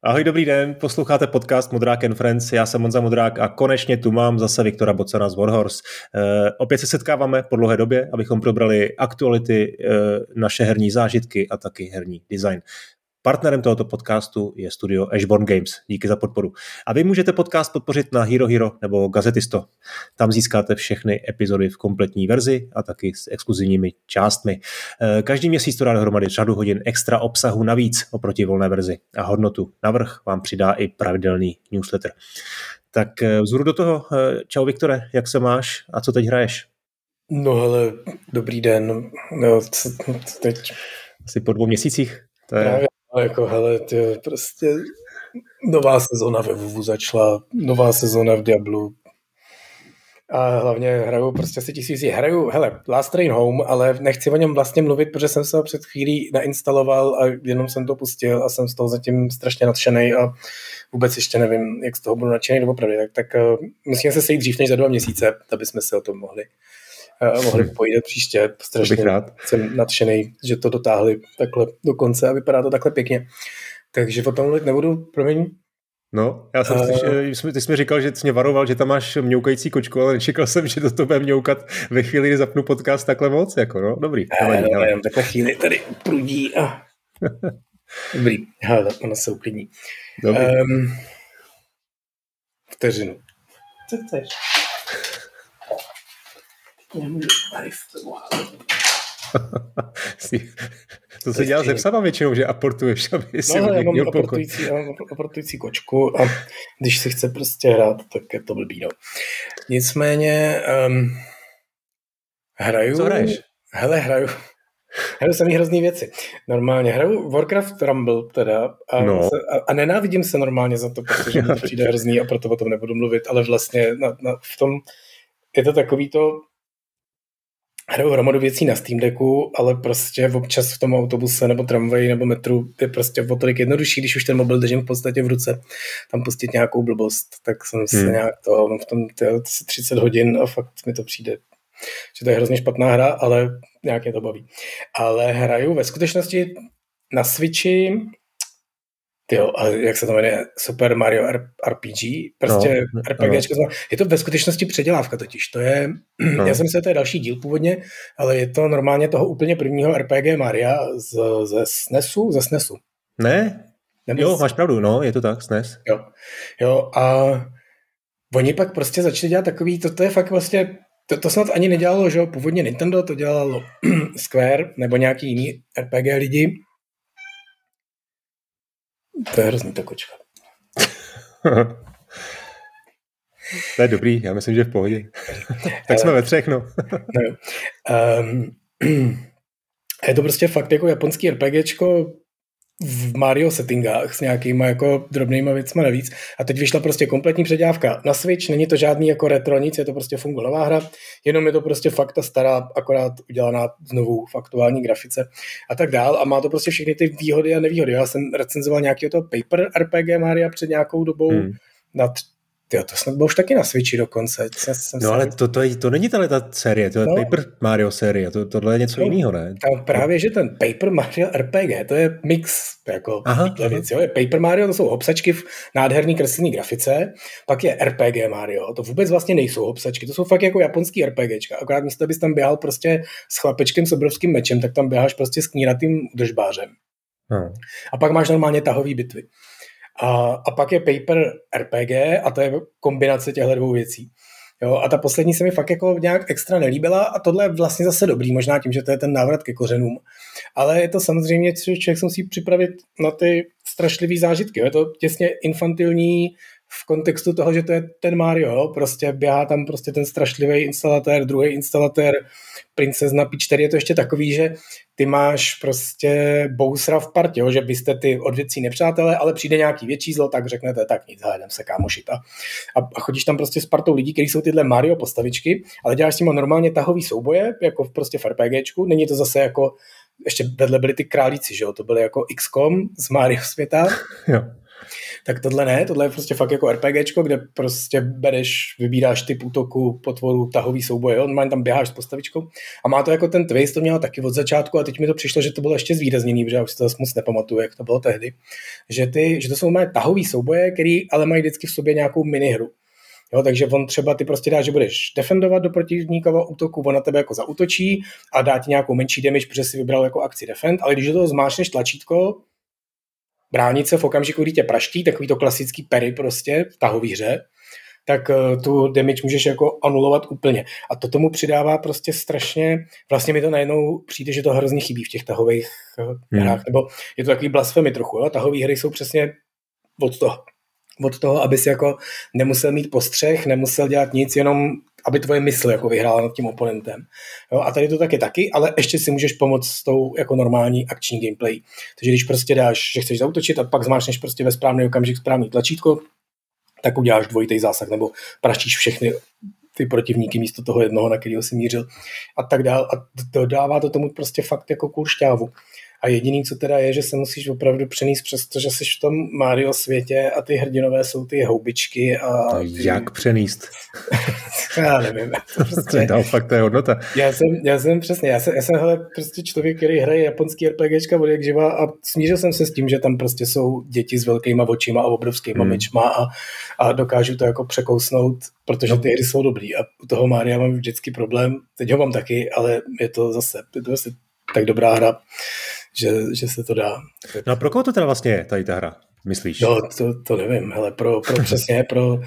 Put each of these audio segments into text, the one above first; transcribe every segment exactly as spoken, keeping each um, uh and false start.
Ahoj, dobrý den, posloucháte podcast Modrák and Friends, já jsem Honza Modrák a konečně tu mám zase Viktora Bocana z Warhorse. E, opět se setkáváme po dlouhé době, abychom probrali aktuality, e, naše herní zážitky a taky herní design. Partnerem tohoto podcastu je studio Ashborn Games. Díky za podporu. A vy můžete podcast podpořit na Hero Hero nebo Gazetisto. Tam získáte všechny epizody v kompletní verzi a taky s exkluzivními částmi. Každý měsíc to dá dohromady řadu hodin extra obsahu navíc oproti volné verzi. A hodnotu navrch vám přidá i pravidelný newsletter. Tak vzhůru do toho. Čau Viktore, jak se máš a co teď hraješ? No hele, dobrý den. No, co, co teď? Asi po dvou měsících? To je... Právě. Jako hele, tyjo, prostě nová sezóna ve WoWu začala, nová sezóna v Diablu a hlavně hraju prostě si tisíc, hraju, hele, Last Train Home, ale nechci o něm vlastně mluvit, protože jsem se ho před chvílí nainstaloval a jenom jsem to pustil a jsem z toho zatím strašně nadšenej a vůbec ještě nevím, jak z toho budu nadšenej doopravdy, tak, tak uh, musíme se sejít dřív než za dva měsíce, aby jsme se o tom mohli Uh, mohli hmm. pojídat příště. Strašně jsem nadšenej, že to dotáhli takhle do konce a vypadá to takhle pěkně. Takže o tom mluvit nebudu, promiň. No, já jsem uh, slyšel, ty jsi mi říkal, že jsi mě varoval, že tam máš mňoukající kočku, ale nečekal jsem, že do toho bude mňoukat ve chvíli, kdy zapnu podcast takhle moc, jako no, dobrý. Ne, no, jenom takhle chvíli tady prudí a... Dobrý, hele, ono se uklidní. Um, vteřinu. Co chceš? To se dělá se psama většinou, že aportuješ, aby si no, já mám aportující, já mám aportující kočku a když si chce prostě hrát, tak je to blbý. No. Nicméně um, hraju... Co hraješ? Hele, hraju... Hraju samý hrozný věci. Normálně hraju Warcraft Rumble teda a, no. a, a nenávidím se normálně za to, protože mi to přijde hrozný a proto o tom nebudu mluvit, ale vlastně na, na, v tom je to takový to hraju hromadu věcí na Steam Decku, ale prostě občas v tom autobuse nebo tramvaji nebo metru je prostě o tolik jednodušší, když už ten mobil držím v podstatě v ruce, tam pustit nějakou blbost, tak jsem se hmm. nějak toho, mám v tom třicet hodin a fakt mi to přijde, že to je hrozně špatná hra, ale nějak mě to baví. Ale hraju ve skutečnosti na Switchi, tyjo, a jak se to jmenuje, Super Mario R P G, prostě no, RPGčko. No. Je to ve skutečnosti předělávka totiž, to je, no. Já jsem myslel, to je další díl původně, ale je to normálně toho úplně prvního R P G Maria z, ze SNESu, ze SNESu. Ne? Nebo jo, z... máš pravdu, no, je to tak, S N E S. Jo, jo a oni pak prostě začali dělat takový, to, to je fakt vlastně, to, to snad ani nedělalo, že jo, původně Nintendo, to dělalo Square, nebo nějaký jiný R P G lidi. To je hrozný ta kočka. To je dobrý, já myslím, že v pohodě. Tak jsme ve třech, no. no um, je to prostě fakt jako japonský RPGčko v Mario settingách s nějakýma jako drobnýma věcma navíc. A teď vyšla prostě kompletní předělávka na Switch, není to žádný jako retro nic, je to prostě fungo nová hra, jenom je to prostě fakt ta stará, akorát udělaná znovu v aktuální grafice a tak dál a má to prostě všechny ty výhody a nevýhody. Já jsem recenzoval nějakého toho Paper R P G Maria před nějakou dobou hmm. na Jo, to snad bylo už taky na Switchi dokonce. Jsem no ale to, to, je, to není tahle ta série, to je no. Paper Mario série, to, tohle je něco no, jiného, ne? Tam právě, že ten Paper Mario R P G, to je mix jako věc, jo. Je Paper Mario, to jsou hopsačky v nádherný kreslený grafice, pak je R P G Mario, to vůbec vlastně nejsou hopsačky, to jsou fakt jako japonský RPGčka, akorát místo, abys tam běhal prostě s chlapečkem s obrovským mečem, tak tam běháš prostě s kníratým držbářem. Hmm. A pak máš normálně tahový bitvy. A, a pak je Paper R P G a to je kombinace těchto dvou věcí. Jo, a ta poslední se mi fakt jako nějak extra nelíbila a tohle je vlastně zase dobrý, možná tím, že to je ten návrat ke kořenům. Ale je to samozřejmě, že člověk se musí připravit na ty strašlivý zážitky. Jo. Je to těsně infantilní v kontextu toho, že to je ten Mario, jo. Prostě běhá tam prostě ten strašlivý instalatér, druhý instalatér, princezna Peach, je to ještě takový, že ty máš prostě Bowsera v partě, jo, že byste ty odvěcí nepřátelé, ale přijde nějaký větší zlo, tak řeknete, tak nic, jdem se kámošit. A, a chodíš tam prostě s partou lidí, kteří jsou tyhle Mario postavičky, ale děláš s nima normálně tahový souboje, jako v prostě v RPGčku, není to zase jako, ještě vedle byli ty králíci, že jo, to byly jako X COM z Mario světa. Jo. Tak tohle ne, tohle je prostě fakt jako RPGčko, kde prostě bereš, vybíráš typ útoku, potvoru, tahový souboje, on tam běháš s postavičkou a má to jako ten twist, to mělo taky od začátku a teď mi to přišlo, že to bylo ještě zvýrazněný, protože já už si to zase moc nepamatuju, jak to bylo tehdy, že, ty, že to jsou mají tahový souboje, který ale mají vždycky v sobě nějakou minihru. Jo, takže on třeba ty prostě dá, že budeš defendovat do protivníkova útoku, on na tebe jako zaútočí a dá ti nějakou menší damage, protože si vybral jako akci defend, ale když do toho zmášneš tlačítko bránit se v okamžiku, kdy tě praští, takový to klasický pery prostě v tahové hře, tak uh, tu damage můžeš jako anulovat úplně. A to tomu přidává prostě strašně, vlastně mi to najednou přijde, že to hrozně chybí v těch tahových uh, hmm. hrách, nebo je to takový blasfemy trochu, jo? Tahové hry jsou přesně od toho, od toho, aby si jako nemusel mít postřeh, nemusel dělat nic, jenom aby tvoje mysl jako vyhrála nad tím oponentem. Jo, a tady to taky taky, ale ještě si můžeš pomoct s tou jako normální akční gameplay. Takže když prostě dáš, že chceš zaútočit a pak zmášneš prostě ve správný okamžik správný tlačítko, tak uděláš dvojitý zásah nebo praštíš všechny ty protivníky místo toho jednoho, na kterého si mířil a tak dál. A dodává to tomu prostě fakt jako cool šťávu. A jediný, co teda je, že se musíš opravdu přenést přes to, že jsi v tom Mario světě a ty hrdinové jsou ty houbičky. A ty... Jak přenést? Já nevím. To, prostě... to je fakt to je hodnota. Já jsem, já jsem přesně, já jsem, já jsem hele, prostě člověk, který hraje japonský RPGčka od jak živa a smířil jsem se s tím, že tam prostě jsou děti s velkýma očima a obrovskýma hmm. myčma a, a dokážu to jako překousnout, protože no. ty hry jsou dobrý a u toho Maria mám vždycky problém, teď ho mám taky, ale je to zase, je to zase tak dobrá hra, Že, že se to dá. No a pro koho to teda vlastně je, tady ta hra, myslíš? No, to, to nevím, hele, pro, pro přesně pro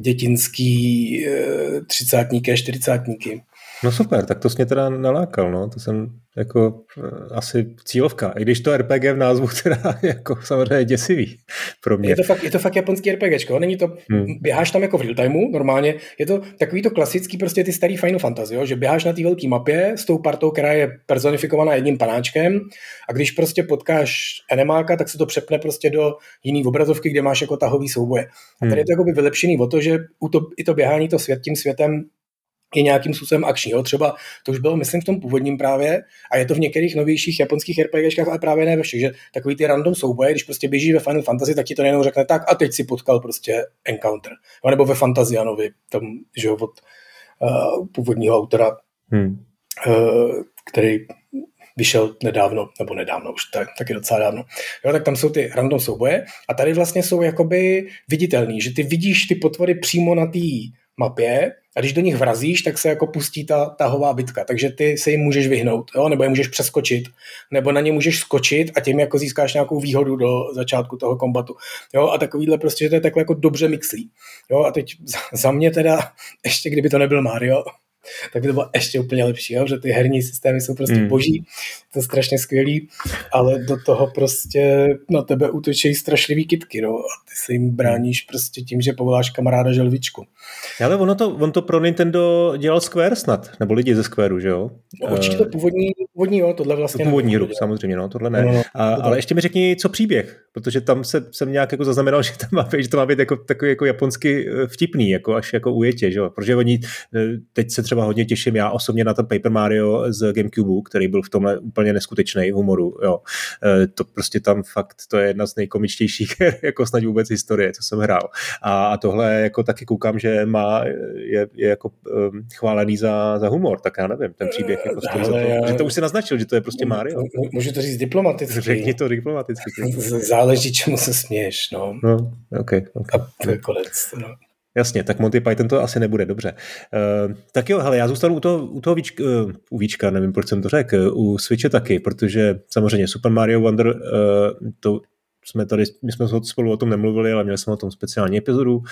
dětinský třicátníky a čtyřicátníky. No super, tak to jsi mě teda nalákal, no, to jsem jako asi cílovka, i když to er pé gé v názvu teda jako samozřejmě děsivý pro mě. Je to fakt, je to fakt japonský RPGčko, není to, hmm. běháš tam jako v real timeu, normálně, je to takový to klasický prostě ty starý Final Fantasy, jo, že běháš na té velké mapě s tou partou, která je personifikovaná jedním panáčkem a když prostě potkáš enemáka, tak se to přepne prostě do jiný obrazovky, kde máš jako tahový souboje. A tady je to jakoby vylepšený o to, že u to, i to běhání to svět tím světem je nějakým způsobem akční. Jo? Třeba to už bylo, myslím, v tom původním právě a je to v některých novějších japonských RPGčkách, ale právě ne ve všech, že takový ty random souboje, když prostě běží ve Final Fantasy, tak ti to nejenom řekne tak a teď si potkal prostě encounter. Jo? Nebo ve Fantasianovi, tam, že jo, od uh, původního autora, hmm. uh, který vyšel nedávno, nebo nedávno už, tak, taky docela dávno. Jo, tak tam jsou ty random souboje a tady vlastně jsou jakoby viditelný, že ty vidíš ty potvory přímo na té mapě a když do nich vrazíš, tak se jako pustí ta tahová bitka, takže ty se jim můžeš vyhnout, jo? Nebo je můžeš přeskočit, nebo na ně můžeš skočit a tím jako získáš nějakou výhodu do začátku toho kombatu. Jo? A takovýhle prostě, že to je takhle jako dobře mixlí. Jo? A teď za mě teda, ještě kdyby to nebyl Mario, tak by to bylo ještě úplně lepší, jo? Že ty herní systémy jsou prostě mm. boží, to je strašně skvělý, ale do toho prostě na tebe útočí strašlivý kytky, no, a ty se jim bráníš prostě tím, že povoláš kamaráda želvičku. Ale ono to, on to pro Nintendo dělal Square snad, nebo lidi ze Squareu, že jo? No, určitě to původní, původní jo, tohle vlastně... To původní hru, samozřejmě, no, tohle ne. No, no, a, to ale ještě mi řekni, co příběh, protože tam se, jsem nějak jako zaznamenal, že, tam má, že to má být jako, takový jako japonsky vtipný, jako až jako ujetě, že jo? Protože oni, teď se třeba hodně těším já osobně na ten Paper Mario z GameCube, který byl v tomhle úplně neskutečný humoru, jo. To prostě tam fakt, to je jedna z nejkomičtějších jako snad vůbec historie, co jsem hrál. A, a tohle jako taky koukám, že má, je, je jako um, chválený za, za humor, tak já nevím, ten příběh jako stojí za to. Já... Že to už si naznačil, že to je prostě Mario. Můžu to říct diplomaticky. Řekni to diplomaticky. Záleží, čemu se směješ, no. No, okay, okay. A to je konec, no. Jasně, tak Monty Python to asi nebude, dobře. Uh, tak jo, hele, já zůstanu u toho, u toho víčka, uh, u víčka, nevím, proč jsem to řekl, u Switche taky, protože samozřejmě Super Mario Wonder, uh, to jsme tady, my jsme spolu o tom nemluvili, ale měli jsme o tom speciální epizodu, uh,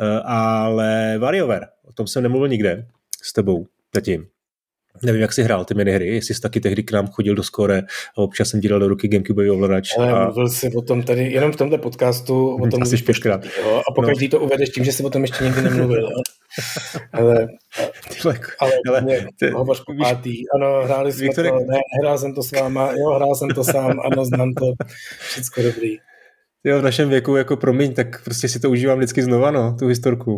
ale WarioWare, o tom jsem nemluvil nikde s tebou zatím. Nevím, jak jsi hrál ty minihry, jestli jsi taky tehdy k nám chodil do Score a občas jsem ti dal do ruky GameCube ovladač. Ale a... mluvil jsi o tom tady, jenom v tomto podcastu o tom asi pětkrát. A pokaždý no. to uvedeš tím, že jsi o tom ještě nikdy nemluvil. ale ale, ale mě ty, hovoř po pátý. Ano, hráli jsme Viktore... to, ne, hrál jsem to s váma, jo, hrál jsem to sám, ano, znám to, všecko dobrý. Jo, v našem věku, jako promiň, tak prostě si to užívám vždycky znova, no, tu historku.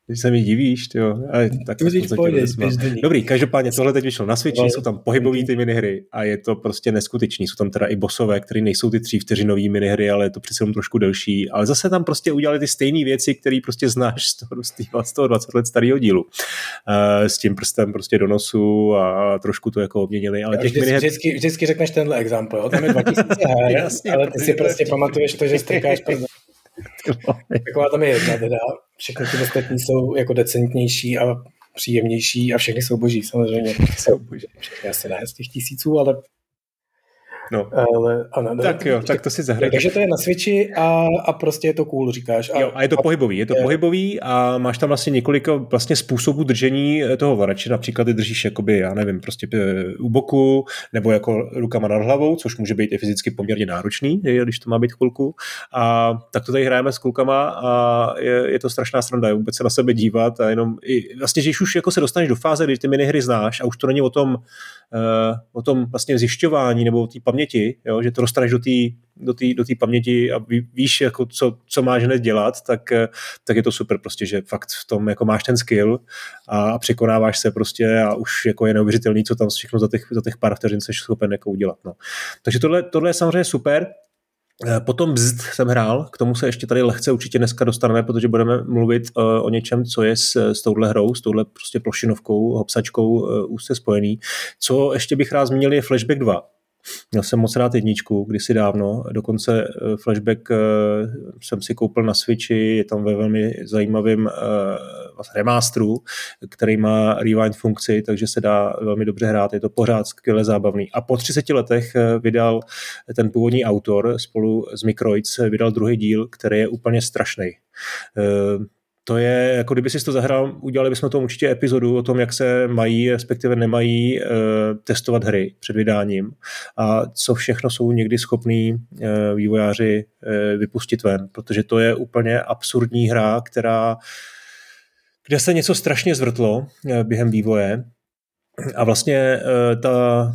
Když se mi divíš, jo. Tak Dobrý, každopádně tohle teď vyšlo na Switchi, jsou tam pohybové ty minihry a je to prostě neskutečný. Jsou tam teda i bossové, které nejsou ty tří vteřinové minihry, ale je to přece jenom trošku delší. Ale zase tam prostě udělali ty stejné věci, které prostě znáš z toho, z toho dvacet let starého dílu. Uh, s tím prstem prostě do nosu a trošku to jako obměnili. Ale těch vždycky, miniher... vždycky, vždycky řekneš tenhle example, jo? Tam je dva tisíce her, Jasně, ale ty si prostě to pamatuješ to, že strkáš prst. Taková tam je jedna teda. Všechny ty ostatní jsou jako decentnější a příjemnější a všechny jsou boží, samozřejmě. Jsou boží. Asi ne z těch tisíců, ale... No. ale ano, tak ne, jo, tak to si zahraješ. Takže to je na Switchi a, a prostě je to cool, říkáš. A, jo, a je to a, pohybový, je to je... pohybový a máš tam vlastně několik vlastně způsobů držení toho ovladače, například ty držíš jakoby, já nevím, prostě u boku, nebo jako rukama nad hlavou, což může být i fyzicky poměrně náročný, když to má být chvilku. A tak to tady hrajeme s klukama a je, je to strašná sranda, vůbec se na sebe dívat a jenom, i, vlastně, že už jako se dostaneš do fáze, kdy ty minihry znáš a už to není o tom, uh, o tom vlastně zjišťování nebo o té paměti, jo, že to dostaneš do té do té do té paměti a ví, víš, jako co, co máš hned dělat, tak, tak je to super prostě, že fakt v tom jako máš ten skill a překonáváš se prostě a už jako je neuvěřitelný, co tam všechno za těch, za těch pár vteřin jsi schopen jako udělat. No. Takže tohle, tohle je samozřejmě super. Potom Bzd jsem hrál, k tomu se ještě tady lehce určitě dneska dostaneme, protože budeme mluvit uh, o něčem, co je s, s touhle hrou, s touhle prostě plošinovkou, hopsačkou uh, úzce spojený. Co ještě bych rád zmínil je Flashback dva. Měl jsem moc rád jedničku, kdysi dávno, dokonce Flashback jsem si koupil na Switchi, je tam ve velmi zajímavém remasteru, který má rewind funkci, takže se dá velmi dobře hrát, je to pořád skvěle zábavný. A po třiceti letech vydal ten původní autor spolu s Microids, vydal druhý díl, který je úplně strašný. To je, jako kdyby si to zahrál, udělali bychom tomu určitě epizodu o tom, jak se mají, respektive nemají e, testovat hry před vydáním a co všechno jsou někdy schopní e, vývojáři e, vypustit ven, protože to je úplně absurdní hra, která, kde se něco strašně zvrtlo e, během vývoje a vlastně e, ta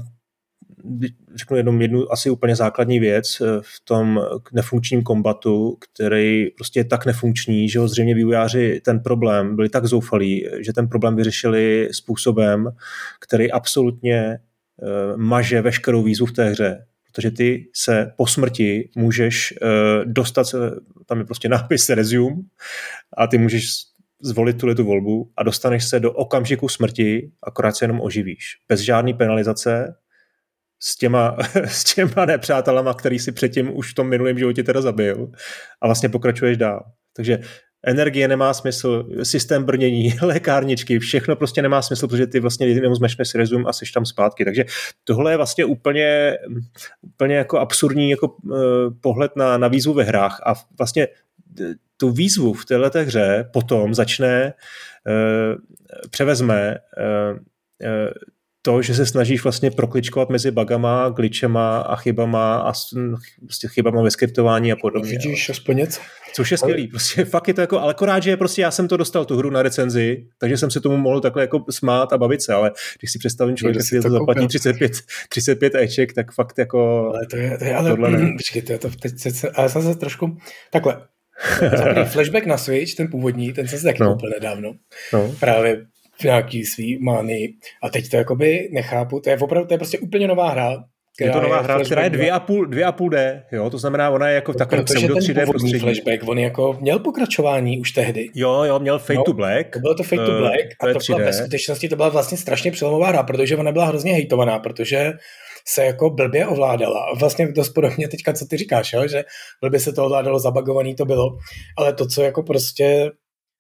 řeknu jenom jednu asi úplně základní věc v tom nefunkčním kombatu, který prostě je tak nefunkční, že ho zřejmě vývojáři ten problém byli tak zoufalí, že ten problém vyřešili způsobem, který absolutně maže veškerou výzvu v té hře. Protože ty se po smrti můžeš dostat, tam je prostě nápis resume a ty můžeš zvolit tuhletu volbu a dostaneš se do okamžiku smrti, akorát se jenom oživíš. Bez žádný penalizace, s těma, s těma nepřátelama, který si předtím už v tom minulém životě teda zabil a vlastně pokračuješ dál. Takže energie nemá smysl, systém brnění, lékárničky, všechno prostě nemá smysl, protože ty vlastně jenom zmešneš rezum a seš tam zpátky. Takže tohle je vlastně úplně, úplně jako absurdní jako, uh, pohled na, na výzvu ve hrách a vlastně tu výzvu v této hře potom začne, uh, převezme uh, uh, to, že se snažíš vlastně prokličkovat mezi bugama, glitchema a chybama a prostě chybama ve skriptování a podobně. Vidíš aspoň něco? Což je skvělý, prostě fakt je to jako, ale akorát, že prostě já jsem to dostal tu hru na recenzi, takže jsem se tomu mohl takhle jako smát a bavit se, ale když si představím člověk, že si to zaplatí třicet pět, třicet pět éček, tak fakt jako... Ale to je, to je ale počkejte, to teď se, ale jsem se trošku, takhle, Flashback na Switch, ten původní, ten jsem se taky no. koupil nedávno, no. právě nějaký svý mány. A teď to jakoby nechápu, to je opravdu, to je prostě úplně nová hra. Je to nová je hra, která je dvě a půl dé, jo, to znamená, ona je jako v takovém pseudo tři dé prostředí. Flashback, on jako měl pokračování už tehdy. Jo, jo, měl Fade no, to Black. To bylo to Fade uh, to Black to a to byla ve skutečnosti, to byla vlastně strašně přelomová hra, protože ona byla hrozně hejtovaná, protože se jako blbě ovládala. A vlastně dost podobně teďka, co ty říkáš, jo, že blbě se to ovládalo, zabagovaný to bylo, ale to, co jako prostě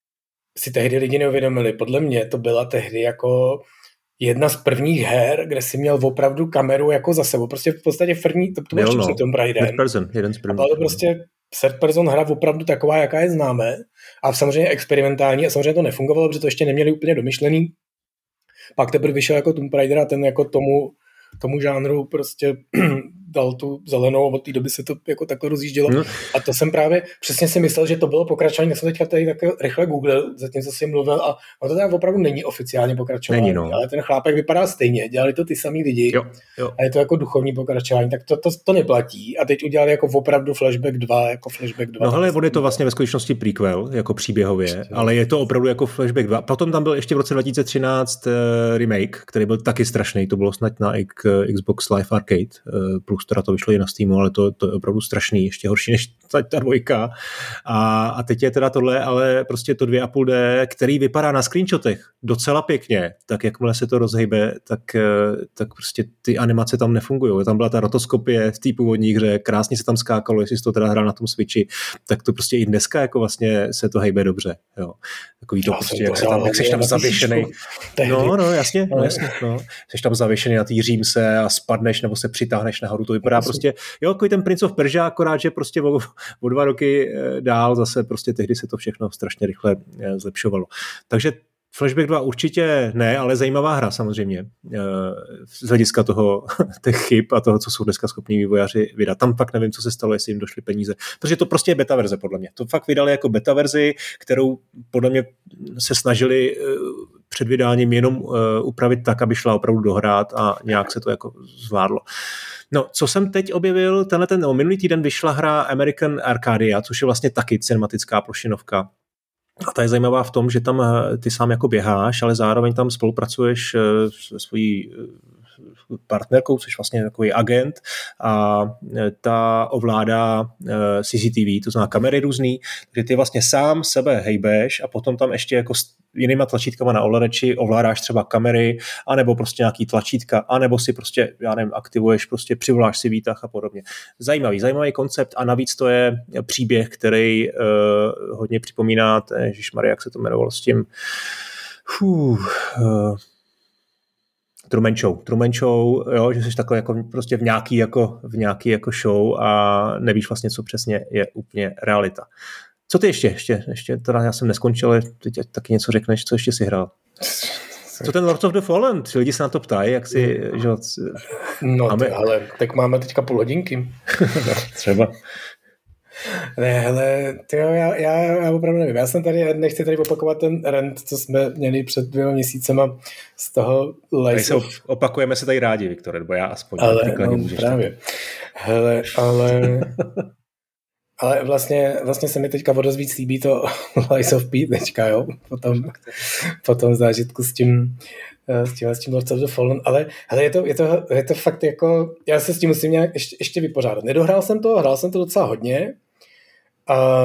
si tehdy lidi neuvědomili. Podle mě to byla tehdy jako jedna z prvních her, kde si měl opravdu kameru jako za sebou. Prostě v podstatě první, to, to bylo no, Tomb Raider. Person, jeden z prvních. Byla to prostě third person hra opravdu taková, jaká je známe. A samozřejmě experimentální a samozřejmě to nefungovalo, protože to ještě neměli úplně domyšlený. Pak teprve vyšel jako Tomb Raider a ten jako tomu, tomu žánru prostě dal tu zelenou a od té doby se to jako takhle rozjíždělo. No. A to jsem právě přesně si myslel, že to bylo pokračování, tak jsem teďka tady tak rychle googlil, zatím co jsem mluvil a to teda opravdu není oficiálně pokračování, není, no. Ale ten chlápek vypadá stejně, dělali to ty samý lidi jo, jo. A je to jako duchovní pokračování, tak to, to, to neplatí a teď udělali jako opravdu Flashback dva, jako Flashback dva. No hele, on je to vlastně ve skutečnosti prequel, jako příběhově, Přesně. Ale je to opravdu jako Flashback dva. Potom tam byl ještě v roce dva tisíce třináct uh, remake, který byl taky strašný, to bylo snad na X, Xbox Live Arcade, uh, plus teda to vyšlo i na Steamu, ale to, to je opravdu strašný, ještě horší než ta, ta dvojka. A, a teď je teda tohle, ale prostě to dvě a půl D, který vypadá na screenshotech docela pěkně, tak jakmile se to rozhejbe, tak, tak prostě ty animace tam nefungují. Tam byla ta rotoskopie v té původní hře, krásně se tam skákalo, jestli jsi to teda hrál na tom Switchi, tak to prostě i dneska jako vlastně se to hejbe dobře. Jo. Takový to já prostě, jak, to se tam, jak jsi tam zavěšený. No, no, jasně, no, jasně, no. Jsi tam zavěšený na té římse a spadneš nebo se přitáhneš nahoru, to vypadá prostě, jo, jako ten Prince of Persia, akorát, že prostě o, o dva roky dál zase prostě tehdy se to všechno strašně rychle zlepšovalo. Takže Flashback dva určitě ne, ale zajímavá hra samozřejmě z hlediska toho, těch chyb a toho, co jsou dneska schopní vývojáři vydat. Tam fakt nevím, co se stalo, jestli jim došly peníze, protože to prostě je beta verze podle mě. To fakt vydali jako beta verzi, kterou podle mě se snažili před vydáním jenom upravit tak, aby šla opravdu dohrát a nějak se to jako zvládlo. No, co jsem teď objevil, tenhle ten, no, minulý týden vyšla hra American Arcadia, což je vlastně taky cinematická plošinovka. A ta je zajímavá v tom, že tam ty sám jako běháš, ale zároveň tam spolupracuješ se svojí partnerkou, což vlastně takový agent a ta ovládá C C T V, to znamená kamery různý, takže ty vlastně sám sebe hejbeš a potom tam ještě jako jinýma tlačítkama na ovladači ovládáš třeba kamery, anebo prostě nějaký tlačítka, anebo si prostě, já nevím, aktivuješ, prostě přivoláš si výtah a podobně. Zajímavý, zajímavý koncept a navíc to je příběh, který uh, hodně připomíná, ježišmarja, jak se to jmenovalo s tím uh, uh, Truman Show. Truman Show, jo, že jsi takhle jako prostě v nějaký jako, v nějaký jako show a nevíš vlastně, co přesně je úplně realita. Co ty ještě? Ještě, ještě teda já jsem neskončil, ale teď taky něco řekneš, co ještě si hrál? Co ten Lords of the Fallen? Lidi se na to ptají, jak si... Že, no, máme... Ty, ale tak máme teďka půl hodinky. Třeba. Ne, hele, tyjo, já, já, já opravdu nevím. Já jsem tady, nechci tady opakovat ten rant, co jsme měli před dvěma měsícema z toho Lies of... Opakujeme se tady rádi, Viktore, nebo já aspoň. Ale, no, právě. Hele, ale... Ale vlastně, vlastně se mi teďka o dost víc líbí to Lies of P teďka, jo, po tom, po tom zážitku s tím, s tím, s tím Lords of the Fallen, ale hele, je, to, je, to, je to fakt jako, já se s tím musím nějak ještě, ještě vypořádat. Nedohrál jsem to, hrál jsem to docela hodně a,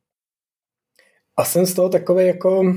a jsem z toho takovej jako,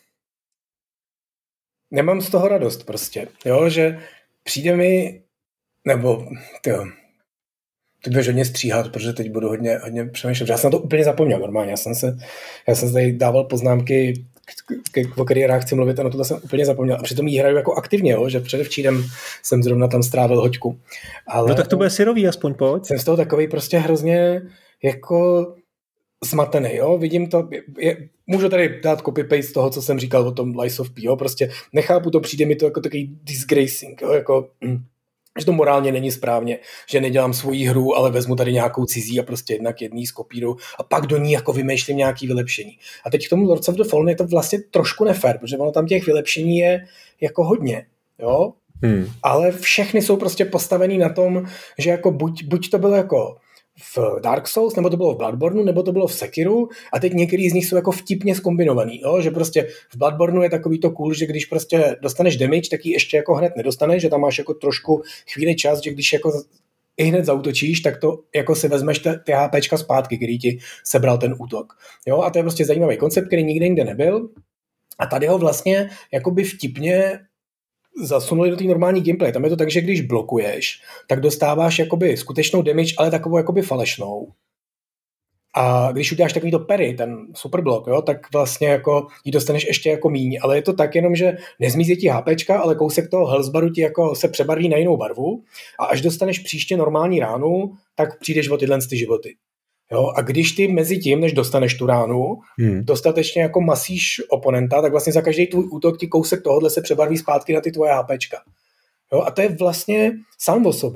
nemám z toho radost prostě, jo, že přijde mi, nebo, jo, teď budeš hodně stříhat, protože teď budu hodně, hodně přemýšlet. Já jsem to úplně zapomněl normálně. Já jsem se, já jsem se tady dával poznámky, o kterých hrách chci mluvit a na to jsem úplně zapomněl. A přitom jí hraju jako aktivně, jo, že předevčírem jsem zrovna tam strávil hoďku. Ale no tak to bude syrový, aspoň pojď. Jsem z toho takový prostě hrozně jako zmatený, jo. Vidím to, je, můžu tady dát copy-paste toho, co jsem říkal o tom Lies of P, jo. Prostě nechápu to, přijde mi to jako takový disgracing, jo, jako... Mm. Že to morálně není správně, že nedělám svoji hru, ale vezmu tady nějakou cizí a prostě jednak jedný skopíru a pak do ní jako vymýšlím nějaký vylepšení. A teď k tomu Lords of the Fallen je to vlastně trošku nefér, protože ono tam těch vylepšení je jako hodně, jo? Hmm. Ale všechny jsou prostě postavený na tom, že jako buď, buď to bylo jako v Dark Souls, nebo to bylo v Bloodborneu, nebo to bylo v Sekiru a teď některý z nich jsou jako vtipně zkombinovaný, jo? Že prostě v Bloodborneu je takový to cool, že když prostě dostaneš damage, tak ji ještě jako hned nedostaneš, že tam máš jako trošku chvíli čas, že když jako i hned zautočíš, tak to jako si vezmeš ty HPčka zpátky, který ti sebral ten útok. Jo? A to je prostě zajímavý koncept, který nikde jinde nebyl a tady ho vlastně jakoby vtipně zasunuli do té normální gameplay. Tam je to tak, že když blokuješ, tak dostáváš jakoby skutečnou damage, ale takovou jakoby falešnou. A když uděláš takovýto parry, ten super blok, jo, tak vlastně jako ji dostaneš ještě jako míň. Ale je to tak jenom, že nezmizí ti HPčka, ale kousek toho healthbaru ti jako se přebarví na jinou barvu a až dostaneš příště normální ránu, tak přijdeš o tyhle ty životy. Jo, a když ty mezi tím, než dostaneš tu ránu, hmm. dostatečně jako masíš oponenta, tak vlastně za každý tvůj útok ti kousek tohohle se přebarví zpátky na ty tvoje HPčka. Jo, a to je vlastně sám o sobě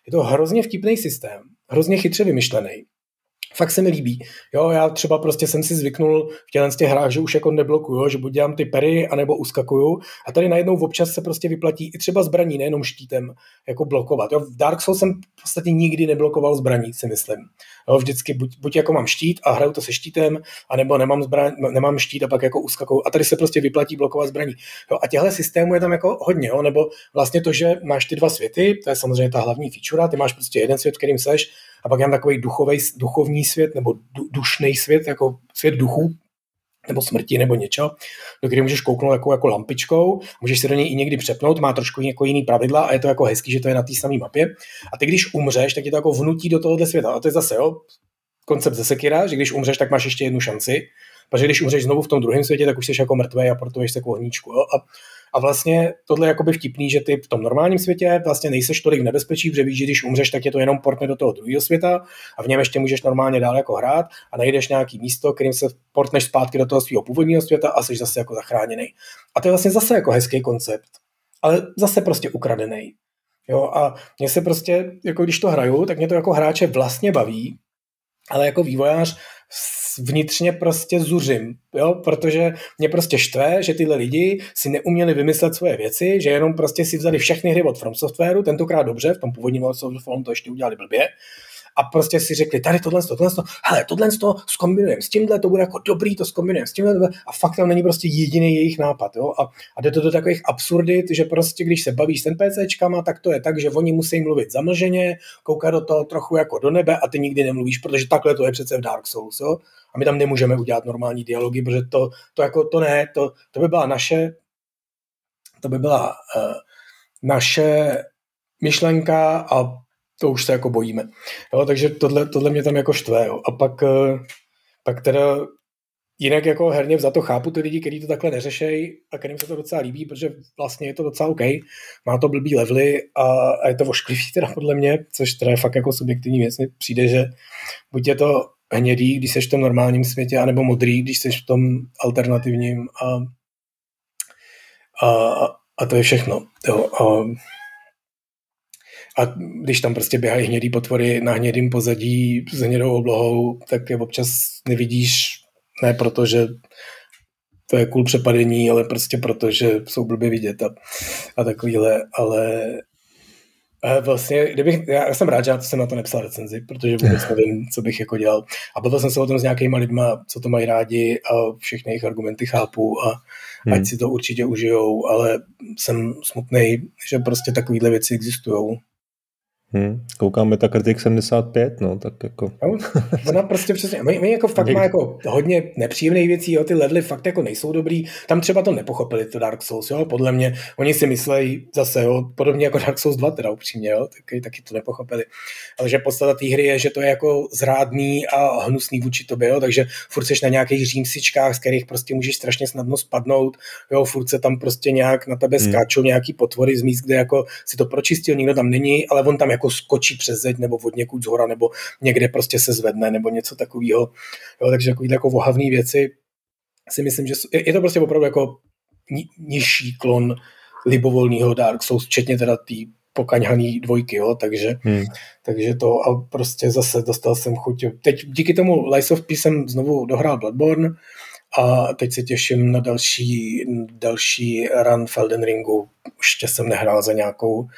je to hrozně vtipný systém, hrozně chytře vymyšlený. Fakt se mi líbí. Jo, já třeba prostě jsem si zvyknul v těchto z těch hrách, že už jako neblokuju, že buď dělám ty pery, anebo uskakuju. A tady najednou občas se prostě vyplatí i třeba zbraní, nejenom štítem, jako blokovat. Jo, v Dark Souls jsem v podstatě nikdy neblokoval zbraní, si myslím. Jo, vždycky buď, buď jako mám štít a hraju to se štítem, anebo nemám, zbraň, nemám štít a pak jako uskakuju. A tady se prostě vyplatí blokovat zbraní. Jo, a těchto systémů je tam jako hodně, jo, nebo vlastně to, že máš ty dva světy, to je samozřejmě ta hlavní feature, ty máš prostě jeden svět, kterým seš, a pak je tam takový duchový, duchovní svět, nebo du, dušný svět, jako svět duchů, nebo smrti, nebo něčeho, do kterého můžeš kouknout jako, jako lampičkou, můžeš se do něj i někdy přepnout, má trošku jako jiný pravidla a je to jako hezký, že to je na té samé mapě. A ty, když umřeš, tak tě to jako vnutí do tohohle světa. A to je zase, jo, koncept ze Sekira, že když umřeš, tak máš ještě jednu šanci. Protože když umřeš znovu v tom druhém světě, tak už jsi jako mrtvý a portuješ se k ohníčku. Jo? A, a vlastně tohle je jakoby vtipný, že ty v tom normálním světě vlastně nejseš tolik v nebezpečí, protože víš, že když umřeš, tak je to jenom portne do toho druhého světa a v něm ještě můžeš normálně dál jako hrát a najdeš nějaký místo, kterým se portneš zpátky do toho svého původního světa a jsi zase jako zachráněný. A to je vlastně zase jako hezký koncept, ale zase prostě ukradený. Jo? A mně se prostě, jako když to hraju, tak mě to jako hráče vlastně baví, ale jako vývojář vnitřně prostě zuřím, jo, protože mě prostě štve, že tyhle lidi si neuměli vymyslet svoje věci, že jenom prostě si vzali všechny hry od From Softwareu, tentokrát dobře, v tom původním Lords of the Fallen to ještě udělali blbě, a prostě si řekli, tady tohle, tohle, tohle, hele, tohle to zkombinujeme s tímhle, to bude jako dobrý, to zkombinujeme s tímhle, a fakt tam není prostě jediný jejich nápad, jo, a, a jde to do takových absurdit, že prostě když se bavíš s NPCčkama, tak to je tak, že oni musí mluvit zamlženě, koukat do toho trochu jako do nebe a ty nikdy nemluvíš, protože takhle to je přece v Dark Souls, jo, a my tam nemůžeme udělat normální dialogy, protože to, to jako, to ne, to, to by byla naše, to by byla uh, naše myšlenka a to už se jako bojíme. Jo, takže tohle, tohle mě tam jako štve. Jo. A pak, pak teda jinak jako herně vzato chápu ty lidi, kteří to takhle neřešejí a kterým se to docela líbí, protože vlastně je to docela OK. Má to blbý levely a, a je to ošklivý teda podle mě, což teda je fakt jako subjektivní věc. Mi přijde, že buď je to hnědý, když seš v tom normálním světě, anebo modrý, když seš v tom alternativním a, a, a to je všechno. Jo. A, A když tam prostě běhají hnědý potvory na hnědým pozadí s hnědou oblohou, tak je občas nevidíš, ne proto, že to je cool přepadení, ale prostě proto, že jsou blbě vidět a, a takovýhle, ale a vlastně, kdybych, já jsem rád, že já jsem na to nepsal recenzi, protože vůbec nevím, co bych jako dělal. A bavil jsem se o tom s nějakýma lidma, co to mají rádi a všechny jejich argumenty chápu a hmm. ať si to určitě užijou, ale jsem smutnej, že prostě takovýhle věci existujou. Hmm, koukám Metacritic sedmdesát pět, no, tak jako... No, ona prostě přesně, my, my jako fakt má jako hodně nepříjemných věcí, jo, ty levely fakt jako nejsou dobrý, tam třeba to nepochopili, to Dark Souls, jo, podle mě, oni si myslejí zase, jo, podobně jako Dark Souls dva, teda upřímně, jo, taky, taky to nepochopili, ale že podstata té hry je, že to je jako zrádný a hnusný vůči tobě, jo, takže furt seš na nějakých římsičkách, z kterých prostě můžeš strašně snadno spadnout, jo, furt se tam prostě nějak na tebe skáčou hmm. nějaký potvory z míst, kde jako si to pročistil, nikdo tam není, ale on tam jako skočí přes zeď nebo od někud zhora nebo někde prostě se zvedne nebo něco takového. Jo, takže jako, jako ohavné věci si myslím, že je, je to prostě opravdu jako ni, nižší klon libovolného Dark Souls, včetně teda tý pokaňhaný dvojky, jo, takže, hmm. takže to a prostě zase dostal jsem chuť. Teď díky tomu Lies of P jsem znovu dohrál Bloodborne a teď se těším na další, další run v Elden Ringu. Ještě jsem nehrál za nějakou uh,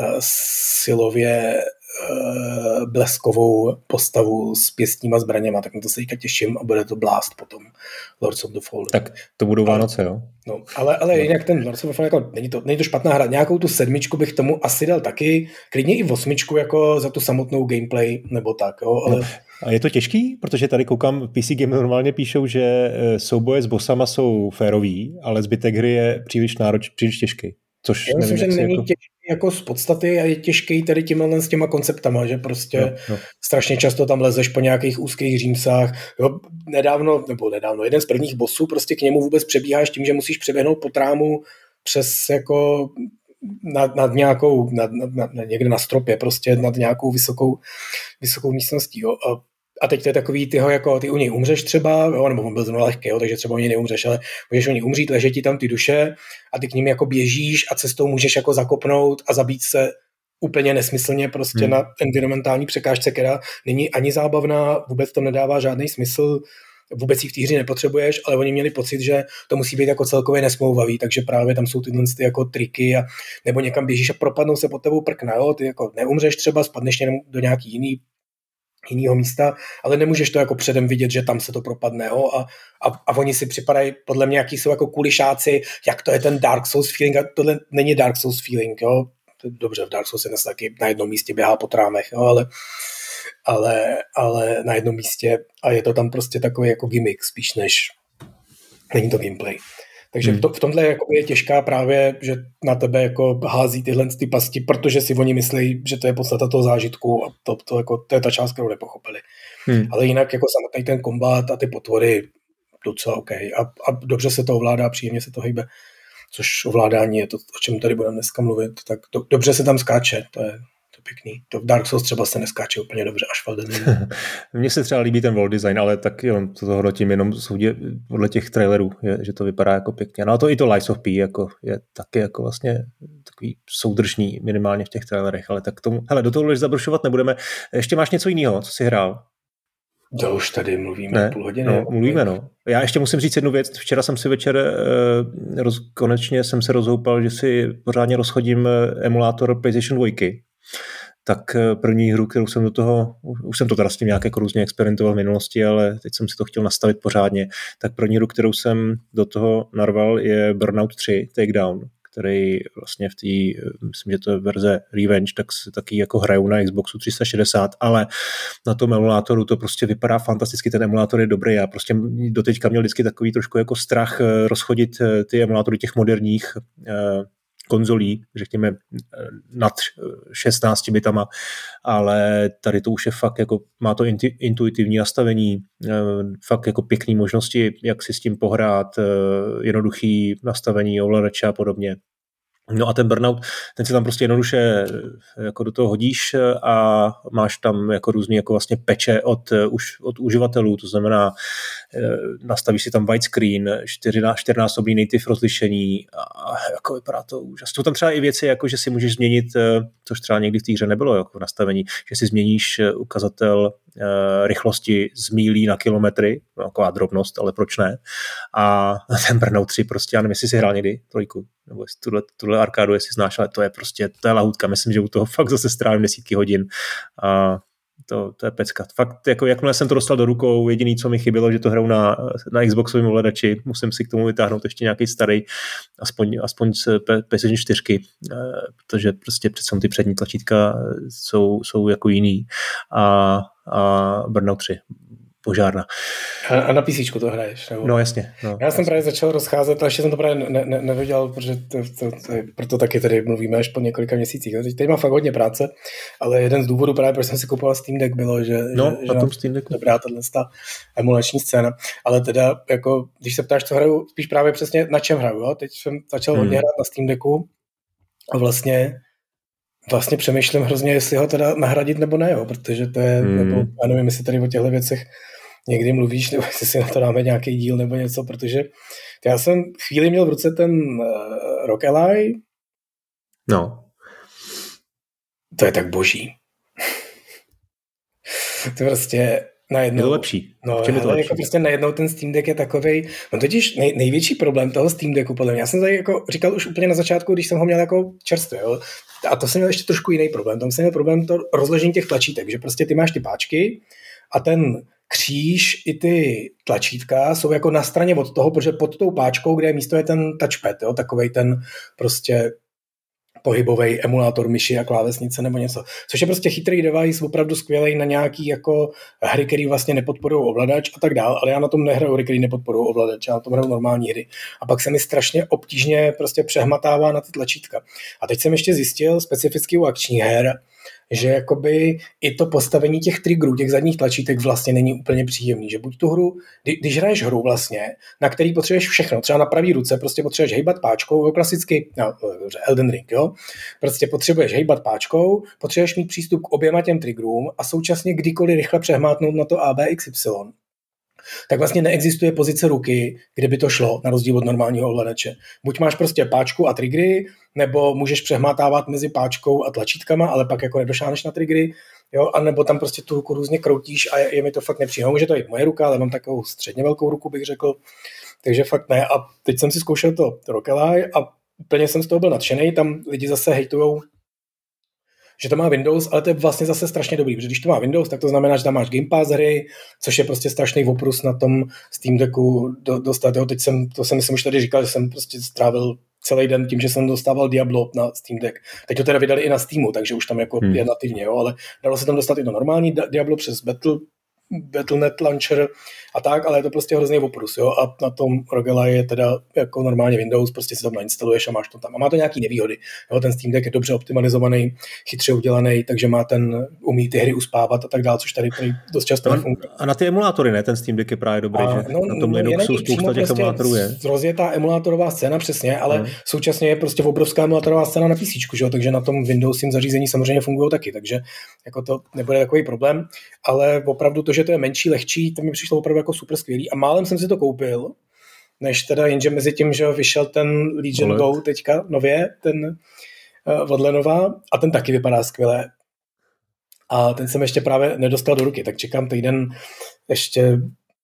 silově uh, bleskovou postavu s pěstníma zbraněma, tak na to se teďka těším a bude to Blast potom, Lords of the Fallen. Tak to budou Vánoce, jo? No, ale, ale no. Jinak ten Lords of the Fallen, jako, není, to, není to špatná hra. Nějakou tu sedmičku bych tomu asi dal taky, klidně i osmičku jako za tu samotnou gameplay, nebo tak, jo, ale... No. A je to těžký? Protože tady koukám, P C Gamer normálně píšou, že souboje s bossama jsou férový, ale zbytek hry je příliš nároč, příliš těžký. Což já myslím, nevím, že není jako... těžký jako z podstaty a je těžký tady těma, s těma konceptama, že prostě no, no. strašně často tam lezeš po nějakých úzkých římsách. Jo, nedávno, nebo nedávno, jeden z prvních bossů, prostě k němu vůbec přebíháš tím, že musíš přeběhnout po trámu přes jako nad, nad nějakou, nad, nad, nad, někde na stropě, prostě nad nějakou vysokou, vysokou místností. Jo. A, a teď to je takový, tyho, jako, ty u něj umřeš třeba, jo, nebo on byl zrovna lehký, jo, takže třeba u něj neumřeš, ale můžeš u něj umřít, leží ti tam ty duše a ty k ním jako běžíš a cestou můžeš jako zakopnout a zabít se úplně nesmyslně prostě hmm. na environmentální překážce, která není ani zábavná, vůbec to nedává žádný smysl, vůbec ji v té hře nepotřebuješ, ale oni měli pocit, že to musí být jako celkově nesmlouvavý, takže právě tam jsou tyhle ty jako triky a nebo někam běžíš a propadnou se pod tebou prkna, jo? Ty jako neumřeš třeba, spadneš do nějaký jiný jinýho místa, ale nemůžeš to jako předem vidět, že tam se to propadne, jo? A, a, a oni si připadají, podle mě, jaký jsou jako kulišáci, jak to je ten Dark Souls feeling, a tohle není Dark Souls feeling, jo? Dobře, v Dark Souls se dnes taky na jednom místě běhá po trámech, jo? ale Ale, ale na jednom místě a je to tam prostě takový jako gimmick spíš než není to gameplay. Takže hmm. v, to, v tomhle jako je těžká právě, že na tebe jako hází tyhle ty pasti, protože si oni myslí, že to je podstata toho zážitku a to, to, jako, to je ta část, kterou nepochopili. Hmm. Ale jinak jako samotný ten kombat a ty potvory docela OK. A, a dobře se to ovládá, příjemně se to hýbe, což ovládání je to, o čem tady budeme dneska mluvit, tak do, dobře se tam skáče, to je pěkný. To v Dark Souls třeba se neskáče úplně dobře, až v Elden Ringu. Mně se třeba líbí ten world design, ale tak jo, to hodnotím jenom soudě podle těch trailerů, je, že to vypadá jako pěkně. No a to i to Lies of P jako, je taky jako vlastně takový soudržný minimálně v těch trailerech, ale tak tomu, hele, do toho už zabrušovat nebudeme. Ještě máš něco jiného, co jsi hrál? To už tady mluvíme ne, půl hodiny. No, mluvíme, no. Já ještě musím říct jednu věc. Včera jsem si večer eh, roz, konečně jsem se rozhoupal, že si pořádně rozchodím emulátor PlayStation dva. Tak první hru, kterou jsem do toho, už jsem to teda s tím nějak jako různě experimentoval v minulosti, ale teď jsem si to chtěl nastavit pořádně, tak první hru, kterou jsem do toho narval, je Burnout tři Takedown, který vlastně v té, myslím, že to je verze Revenge, tak se taky jako hrajou na Xboxu tři sta šedesát, ale na tom emulátoru to prostě vypadá fantasticky, ten emulátor je dobrý. Já prostě doteďka měl vždycky takový trošku jako strach rozchodit ty emulátory těch moderních konzolí, řekněme nad šestnácti bitama, ale tady to už je fakt jako, má to intuitivní nastavení, fakt jako pěkný možnosti, jak si s tím pohrát, jednoduchý nastavení ovladače a podobně. No a ten Burnout, ten si tam prostě jednoduše jako do toho hodíš a máš tam jako různý jako vlastně peče od, už, od uživatelů, to znamená nastavíš si tam widescreen, čtyřnásobný native rozlišení a jako vypadá to úžasně. Jsou tam třeba i věci, jako že si můžeš změnit, což třeba někdy v té hře nebylo jako v nastavení, že si změníš ukazatel rychlosti z mílí na kilometry, taková drobnost, ale proč ne? A ten Burnout tři prostě, já nevím, jestli jsi hrál někdy trojku, nebo jestli tuhle, tuhle arkádu, jestli znáš, ale to je prostě, to je lahůdka, myslím, že u toho fakt zase strávím desítky hodin a to, to je pecka. Fakt, jako jakmile jsem to dostal do rukou, jediný, co mi chybělo, že to hraju na, na Xboxovém ovladači, musím si k tomu vytáhnout ještě nějaký starý, aspoň, aspoň z PlayStation čtyři, protože prostě přece ty přední tlačítka jsou, jsou jako jiný a, a Burnout tři. Požárna. A, a na PCčku to hraješ? Nebo? No jasně. No, Já jsem jasně. právě začal rozcházet, ale ještě jsem to právě ne, ne, nevěděl, protože to, to, to, proto taky tady mluvíme až po několika měsících. Teď, teď mám fakt hodně práce, ale jeden z důvodů právě, proč jsem si kupoval Steam Deck, bylo, že, no, že, na tom Steam Decku. Dobrá tato emulační scéna. Ale teda, jako, když se ptáš, co hraju, spíš právě přesně na čem hraju. Jo? Teď jsem začal hmm. hodně hrát na Steam Decku a vlastně Vlastně přemýšlím hrozně, jestli ho teda nahradit nebo ne, jo, protože to je, hmm. nebo já nevím, jestli tady o těchto věcech někdy mluvíš, nebo jestli si na to dáme nějaký díl nebo něco, protože já jsem chvíli měl v ruce ten uh, Rock Ally. No. To je tak boží. To prostě najednou... Je to lepší. No, je to lepší? Jako prostě najednou ten Steam Deck je takovej... No totiž nej, největší problém toho Steam Decku, podle mě, já jsem tady jako říkal už úplně na začátku, když jsem ho měl jako čerstvě, jo, a to jsem měl ještě trošku jiný problém. Tam jsem měl problém to rozložení těch tlačítek, že prostě ty máš ty páčky a ten kříž i ty tlačítka jsou jako na straně od toho, protože pod tou páčkou, kde je místo, je ten touchpad, jo, takovej ten prostě pohybový emulátor myši a klávesnice nebo něco. Což je prostě chytrý device, opravdu skvělej na nějaký jako hry, který vlastně nepodporují ovladač a tak dál, ale já na tom nehraju hry, který nepodporují ovladač, já na tom hraju normální hry. A pak se mi strašně obtížně prostě přehmatává na ty tlačítka. A teď jsem ještě zjistil specificky u akčních her, že jakoby i to postavení těch triggerů, těch zadních tlačítek vlastně není úplně příjemný, že buď tu hru, kdy, když hraješ hru vlastně, na který potřebuješ všechno, třeba na pravý ruce, prostě potřebuješ hejbat páčkou, jo, klasicky, no, dobře, Elden Ring, jo, prostě potřebuješ hejbat páčkou, potřebuješ mít přístup k oběma těm triggerům a současně kdykoliv rychle přehmátnout na to A, B, X, Y. tak vlastně neexistuje pozice ruky, kde by to šlo, na rozdíl od normálního ovladače. Buď máš prostě páčku a triggery, nebo můžeš přehmatávat mezi páčkou a tlačítkama, ale pak jako nedošáneš na triggery, jo, a nebo tam prostě tu ruku různě kroutíš a je, je mi to fakt nepříjemné. Může to být moje ruka, ale mám takovou středně velkou ruku, bych řekl, takže fakt ne. A teď jsem si zkoušel to Rock'n'Lie a úplně jsem z toho byl nadšený, tam lidi zase hejtujou, že to má Windows, ale to je vlastně zase strašně dobrý, protože když to má Windows, tak to znamená, že tam máš Game Pass hry, což je prostě strašný oprus na tom Steam Decku do, dostat. Jo, teď jsem, to jsem, jsem už tady říkal, že jsem prostě strávil celý den tím, že jsem dostával Diablo na Steam Deck. Teď to teda vydali i na Steamu, takže už tam jako hmm. je nativně, jo, ale dalo se tam dostat i to normální Diablo přes Battle Battle dot net Launcher a tak, ale je to prostě hrozný oprus, jo, a na tom Rock'n'Lie je teda jako normálně Windows, prostě si tam nainstaluješ a máš to tam. A má to nějaký nevýhody, jo, ten Steam Deck je dobře optimalizovaný, chytře udělaný, takže má ten, umí ty hry uspávat a tak dále, což tady, tady dost často nefunguje. A na ty emulátory, ne, ten Steam Deck je právě dobrý, a, že no, na tom Linuxu spousta těch prostě emulátorů je. Rozjetá emulátorová scéna, přesně, ale hmm. současně je prostě obrovská emulátorová scéna na PCčku, že jo, takže na tom Windowsovém zařízení samozřejmě fungují taky, takže jako to nebude takový problém, ale opravdu to, že to je menší, lehčí, to mi přišlo opravdu jako super skvělý a málem jsem si to koupil, než teda jenže mezi tím, že vyšel ten Legion Ole. Go teďka nově, ten uh, od Lenova a ten taky vypadá skvěle a ten jsem ještě právě nedostal do ruky, tak čekám týden ještě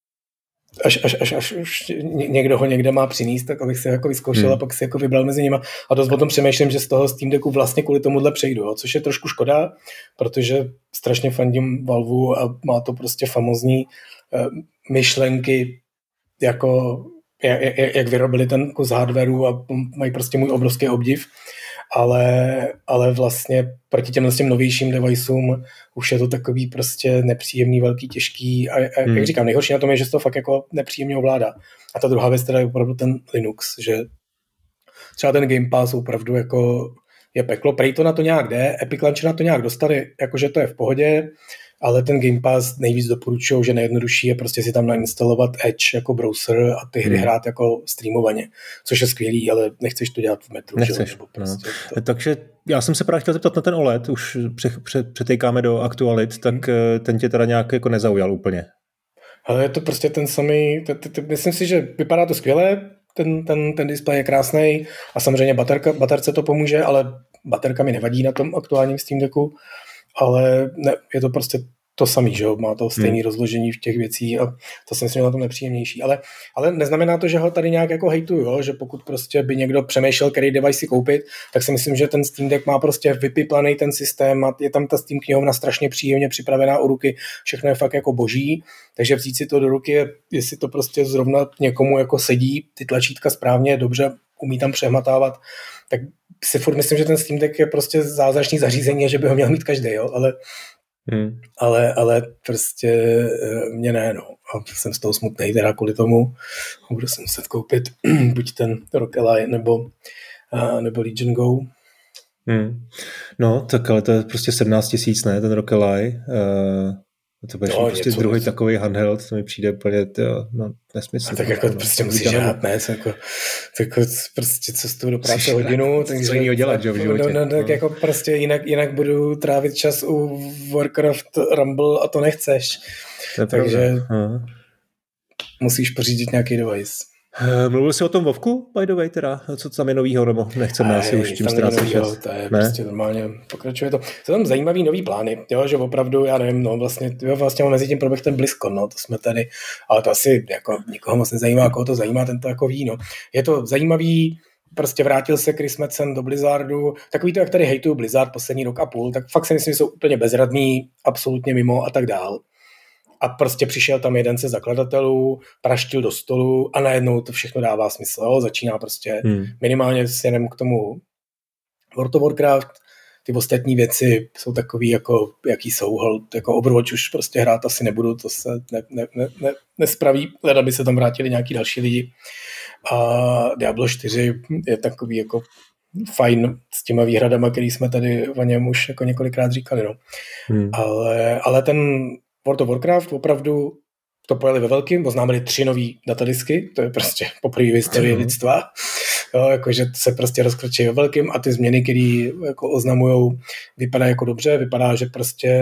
až, až, až, až už někdo ho někde má přinést, tak abych si jako vyzkoušel hmm. a pak si jako vybral mezi nima a dost o tom přemýšlím, že z toho Steam Decku vlastně kvůli tomuhle přejdu, jo, což je trošku škoda, protože strašně fandím Valve a má to prostě famózní uh, myšlenky, jako jak, jak vyrobili ten kus hardwareu a mají prostě můj obrovský obdiv, ale, ale vlastně proti těm těm novějším deviceům už je to takový prostě nepříjemný, velký, těžký a, a hmm. jak říkám, nejhorší na tom je, že se to fakt jako nepříjemně ovládá. A ta druhá věc teda je opravdu ten Linux, že třeba ten Game Pass opravdu jako je peklo, prej to na to nějak jde, Epic Launcher na to nějak dostali, jakože to je v pohodě, ale ten Game Pass nejvíc doporučují, že nejjednodušší je prostě si tam nainstalovat Edge jako browser a ty hry hmm. hrát jako streamovaně, což je skvělý, ale nechceš to dělat v metru. Nechceš, prostě no. to... Takže já jsem se právě chtěl zeptat na ten O L E D, už přetejkáme do aktualit, tak hmm. ten tě teda nějak jako nezaujal úplně. Ale je to prostě ten samý, t- t- t- myslím si, že vypadá to skvěle, ten, ten, ten displej je krásný a samozřejmě baterka, baterce to pomůže, ale baterka mi nevadí na tom aktuálním Steam Decku, ale ne, je to prostě to samý, že jo, má to stejné hmm. rozložení v těch věcí a to si myslím na tom nepříjemnější, ale, ale neznamená to, že ho tady nějak jako hejtuju, jo? Že pokud prostě by někdo přemýšlel, který device si koupit, tak si myslím, že ten Steam Deck má prostě vypiplaný ten systém a je tam ta Steam knihovna strašně příjemně připravená u ruky, všechno je fakt jako boží, takže vzít si to do ruky, jestli to prostě zrovna někomu jako sedí, ty tlačítka správně, dobře, umí tam přehmatávat, tak si furt myslím, že ten Steam Deck je prostě zázračný zařízení, že by ho měl mít každý, jo, ale Hmm. Ale, ale prostě mě ne, no. A jsem z toho smutnej teda kvůli tomu. Budu se muset koupit buď ten Rock'n'Lie nebo, nebo Legion Go. Hmm. No, tak ale to je prostě sedmnáct tisíc, ne, ten Rock'n'Lie. Uh, to bude no, prostě druhý něco. Takový handheld, to mi přijde úplně tyjo, no, nesmysl. A tak jako no, prostě musíš hrát, ne, jako, jako prostě cestu do práce hodinu. Takže co jiného dělat, že v životě. No, no, tak no. Jako prostě jinak, jinak budu trávit čas u Warcraft Rumble a to nechceš. To takže Aha. musíš pořídit nějaký device. Mluvil jsi o tom Vovku, by the way, teda? Co tam je novýho, nebo nechceme asi už tím ztrácet čas? To je ne? Prostě normálně, pokračuje to. Jsou tam zajímavý nový plány, jo, že opravdu, já nevím, no vlastně, jo, vlastně mezi tím proběh ten BlizzCon, no, to jsme tady, ale to asi jako nikoho moc nezajímá, koho to zajímá, ten to jako ví, no. Je to zajímavý, prostě vrátil se Chris Metzen do Blizzardu, takový to, jak tady hejtuju Blizzard poslední rok a půl, tak fakt si myslím, že jsou úplně bezradný, absolutně mimo a tak dál. A prostě přišel tam jeden ze zakladatelů, praštil do stolu a najednou to všechno dává smysl. Jo? Začíná prostě hmm. minimálně směrem k tomu World of Warcraft. Ty ostatní věci jsou takový, jako, jaký jsou. Jako Overwatch už prostě hrát asi nebudu, to se ne, ne, ne, ne, nespraví, leda by se tam vrátili nějaký další lidi. A Diablo čtyři je takový jako fajn s těma výhradama, který jsme tady o něm už jako několikrát říkali. No. Hmm. Ale, ale ten World of Warcraft opravdu to pojeli ve velkým, oznámili tři nový datadisky, to je prostě poprvé v historii lidstva, jo, jakože se prostě rozkročí ve velkým a ty změny, které jako oznamujou, vypadá jako dobře, vypadá, že prostě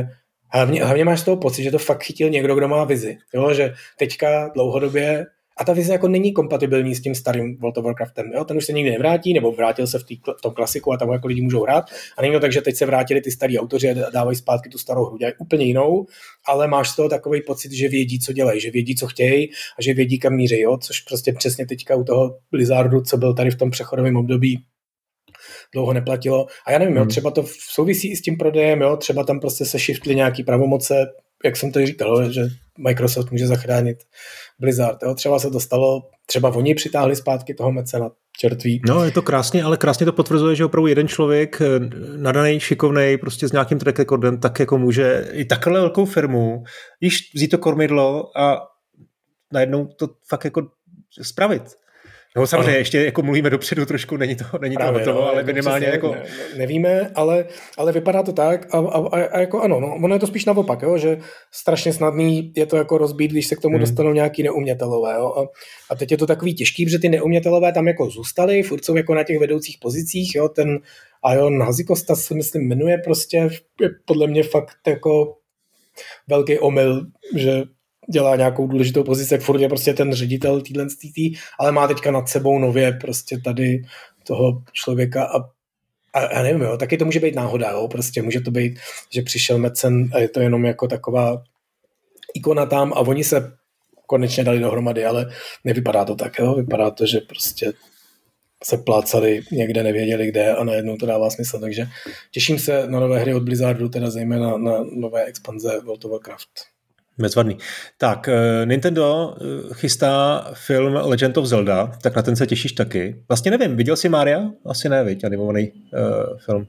Hlavně, hlavně máš z toho pocit, že to fakt chytil někdo, kdo má vizi. Jo? Že teďka dlouhodobě, a ta vize jako není kompatibilní s tím starým World of Warcraftem. Jo? Ten už se nikdy nevrátí, nebo vrátil se v, tý, v tom klasiku a tam jako lidi můžou hrát. A není to tak, že teď se vrátili ty starý autoři a dávají zpátky tu starou hru. Dělají úplně jinou, ale máš z toho takový pocit, že vědí, co dělají, že vědí, co chtějí a že vědí, kam míří. Jo? Což prostě přesně teďka u toho Blizzardu, co byl tady v tom přechodovém období, dlouho neplatilo. A já nevím, hmm. jo, třeba to souvisí i s tím prodejem, jo, třeba tam prostě se shiftly nějaký pravomoce, jak jsem to říkal, že Microsoft může zachránit Blizzard. Jo. Třeba se to stalo, třeba oni přitáhli zpátky toho mecena čertví. No, je to krásně, ale krásně to potvrzuje, že opravdu jeden člověk nadanej, šikovnej, prostě s nějakým track recordem, tak jako může i takhle velkou firmu již vzít to kormidlo a najednou to fakt jako spravit. No samozřejmě, ještě jako mluvíme dopředu trošku, není to, není to hotovo, no, ale minimálně přesně, jako... Ne, nevíme, ale, ale vypadá to tak a, a, a jako ano, no, ono je to spíš naopak, jo, že strašně snadný je to jako rozbít, když se k tomu hmm. dostanou nějaký neumětelové, jo, a, a teď je to takový těžký, protože ty neumětelové tam jako zůstaly, furt jsou jako na těch vedoucích pozicích, jo, ten Ion Hazikosta se myslím jmenuje prostě, je podle mě fakt jako velký omyl, že dělá nějakou důležitou pozici, jak furt je prostě ten ředitel týhle tý, ale má teďka nad sebou nově prostě tady toho člověka a, a já nevím, jo, taky to může být náhoda, jo, prostě může to být, že přišel mecen a je to jenom jako taková ikona tam a oni se konečně dali dohromady, ale nevypadá to tak, jo, vypadá to, že prostě se plácali někde, nevěděli kde a najednou to dává smysl, takže těším se na nové hry od Blizzardu, teda zejména na nové expanze World of Warcraft. Bezvadný. Tak, Nintendo chystá film Legend of Zelda, tak na ten se těšíš taky. Vlastně nevím, viděl jsi Mária? Asi ne, viď, animovaný uh, film.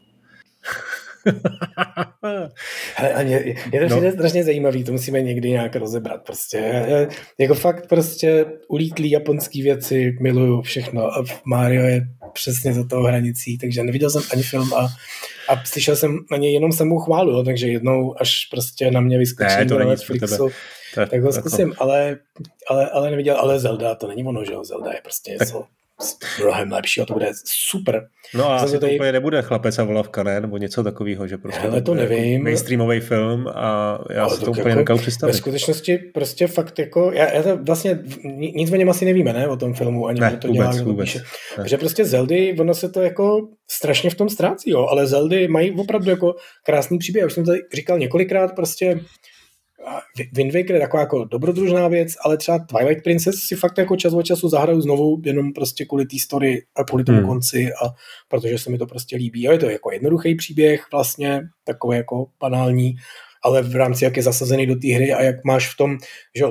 Hele, Aně, je to no. strašně zajímavý, to musíme někdy nějak rozebrat. Prostě. Já, jako fakt prostě ulítlý japonský věci, miluju všechno a Mario je přesně za toho hranicí, takže neviděl jsem ani film a, a slyšel jsem na něj jenom samou chválu, takže jednou až prostě na mě vyskočí ne, na Netflixu, tak, tak ho zkusím, jako... ale, ale, ale neviděl, ale Zelda, to není ono, že jo, Zelda je prostě něco tak... mnohem lepšího, to bude super. No a asi to tady... úplně nebude Chlapec a volavka, ne? Nebo něco takového, že prostě hele, to nevím. mainstreamový film a já ale si to, to úplně jako, nedokážu představit. Ve skutečnosti prostě fakt jako, já, já to vlastně nic o něm asi nevíme, ne? O tom filmu, ani ne, to vůbec, dělá, vůbec. Píše. Protože prostě Zeldy, ono se to jako strašně v tom ztrácí, jo, ale Zeldy mají opravdu jako krásný příběh. Už jsem to říkal několikrát, prostě Wind Waker je taková jako dobrodružná věc, ale třeba Twilight Princess si fakt jako čas od času zahraju znovu jenom prostě kvůli té story a kvůli tomu hmm. konci a protože se mi to prostě líbí. A je to jako jednoduchý příběh vlastně, takový jako banální, ale v rámci jak je zasazený do té hry a jak máš v tom, že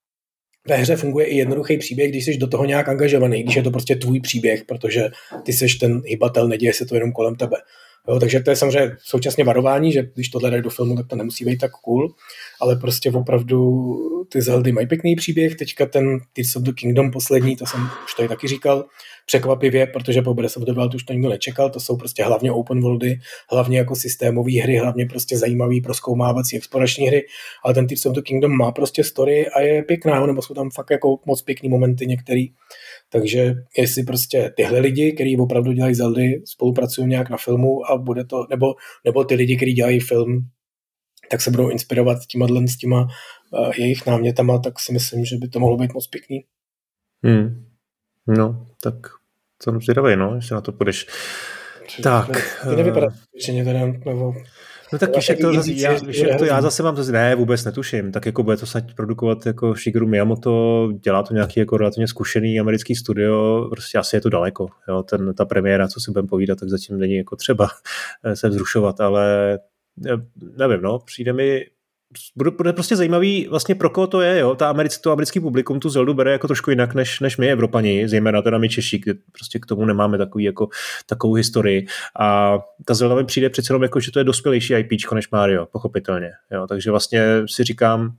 ve hře funguje i jednoduchý příběh, když jsi do toho nějak angažovaný, když je to prostě tvůj příběh, protože ty seš ten hybatel, neděje se to jenom kolem tebe. Jo, takže to je samozřejmě současně varování, že když tohle dají do filmu, tak to nemusí být tak cool, ale prostě opravdu ty Zeldy mají pěkný příběh, teďka ten Tears of the Kingdom poslední, to jsem už tady taky říkal, překvapivě, protože po Breath of the Wild už to nikdo nečekal, to jsou prostě hlavně open worldy, hlavně jako systémové hry, hlavně prostě zajímavý prozkoumávací explorační hry, ale ten Tears of the Kingdom má prostě story a je pěkná, nebo jsou tam fakt jako moc pěkný momenty některý. Takže jestli prostě tyhle lidi, kteří opravdu dělají Zeldy, spolupracují nějak na filmu a bude to, nebo, nebo ty lidi, kteří dělají film, tak se budou inspirovat tíma s těma uh, jejich námětama, tak si myslím, že by to mohlo být moc pěkný. Hmm. No, tak jsem zvědavej, no, jestli na to půjdeš. Tak. Ty nevypadá, že mě teda, nebo... No tak víš, jak to, zase, já, víš, jak to já zase mám zase, ne, vůbec netuším, tak jako bude to snad produkovat jako Shigeru Miyamoto, dělá to nějaký jako relativně zkušený americký studio, prostě asi je to daleko, jo, ten, ta premiéra, co si budeme povídat, tak zatím není jako třeba se vzrušovat, ale nevím, no, přijde mi, bude, bude prostě zajímavý vlastně pro koho to je, jo, ta americký, to americký publikum tu Zeldu bere jako trošku jinak než, než my Evropani, zejména teda my Češi, kde prostě k tomu nemáme takový jako, takovou historii a ta Zelda mi přijde přece jenom jako, že to je dospělejší IPčko než Mario, pochopitelně, jo, takže vlastně si říkám,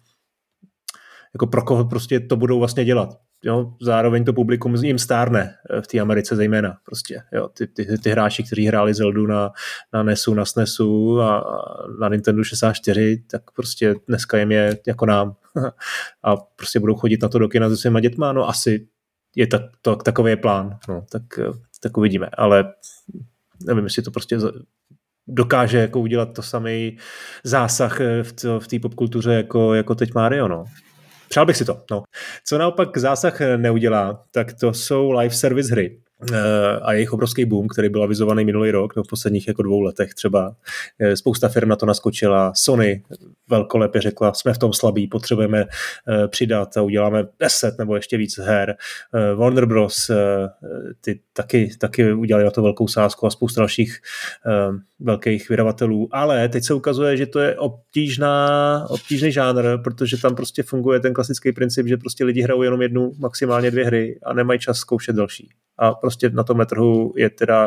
jako pro koho prostě to budou vlastně dělat. Jo, zároveň to publikum jim stárne v té Americe zejména. Prostě, jo, ty, ty, ty hráči, kteří hráli Zeldu na, na NESu, na SNESu a, a na Nintendo šedesát čtyři, tak prostě dneska jim je jako nám. A prostě budou chodit na to do kina se svýma dětma. No asi je tak, to, takový je plán. No, tak, tak uvidíme. Ale nevím, jestli to prostě dokáže jako udělat to samý zásah v té popkultuře jako, jako teď Mario, no. Přál bych si to, no. Co naopak zásah neudělá, tak to jsou live service hry a jejich obrovský boom, který byl avizovaný minulý rok, no v posledních jako dvou letech třeba. Spousta firm na to naskočila. Sony velkolepě řekla, jsme v tom slabí, potřebujeme přidat a uděláme deset nebo ještě víc her. Warner Bros. Ty taky, taky udělali na to velkou sázku a spousta dalších velkých vydavatelů, ale teď se ukazuje, že to je obtížná, obtížný žánr, protože tam prostě funguje ten klasický princip, že prostě lidi hrajou jenom jednu, maximálně dvě hry a nemají čas zkoušet další. A prostě na tomhle trhu je teda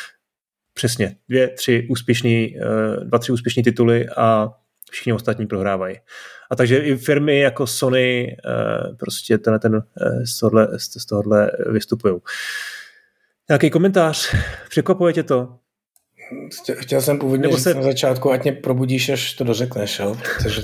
přesně dvě, tři úspěšný, dva, tři úspěšný tituly a všichni ostatní prohrávají. A takže i firmy jako Sony prostě tenhle, ten, z, tohle, z tohohle vystupují. Nějaký komentář? Překvapuje tě to? Chtěl jsem původně říct se... na začátku, ať mě probudíš, až to dořekneš, jo? Protože...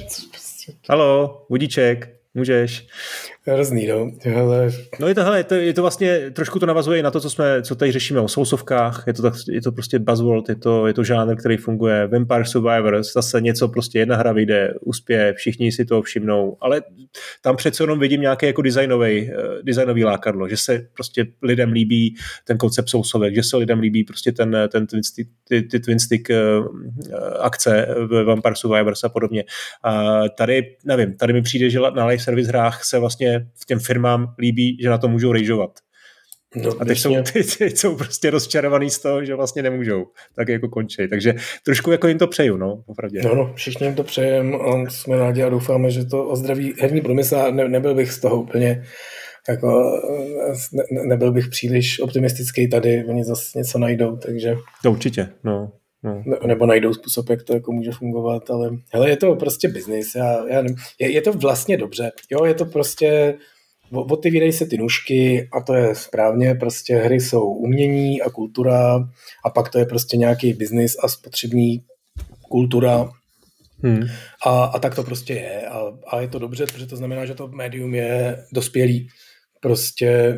Halo, budíček, můžeš. Hrozný, no. Hele. No je to, hele, to, je to vlastně, trošku to navazuje i na to, co jsme, co tady řešíme o soulsovkách, je to, tak, je to prostě buzzword, je to, je to žánr, který funguje, Vampire Survivors, zase něco, prostě jedna hra vyjde, uspěje, všichni si to všimnou, ale tam přece jenom vidím nějaké jako designový, designový lákadlo, že se prostě lidem líbí ten koncept soulsovek, že se lidem líbí prostě ten, ten twin stick, ty, ty twin stick uh, akce v Vampire Survivors a podobně. A tady, nevím, tady mi přijde, že na live service hrách se vlastně v těm firmám líbí, že na to můžou rejžovat. No, a teď jsou, teď, teď jsou prostě rozčarovaný z toho, že vlastně nemůžou. Tak jako končí. Takže trošku jako jim to přeju, no, opravdě. No, no, všichni jim to přejem a jsme rádi a doufáme, že to ozdraví herní průmysl a ne, nebyl bych z toho úplně jako, ne, nebyl bych příliš optimistický tady, oni zase něco najdou, takže... To určitě, no. No. Nebo najdou způsob, jak to jako může fungovat, ale hele, je to prostě biznis, já, já nevím, je, je to vlastně dobře, jo, je to prostě, otevírají se ty nůžky a to je správně, prostě hry jsou umění a kultura a pak to je prostě nějaký biznis a spotřební kultura hmm. a, a tak to prostě je a, a je to dobře, protože to znamená, že to médium je dospělý, prostě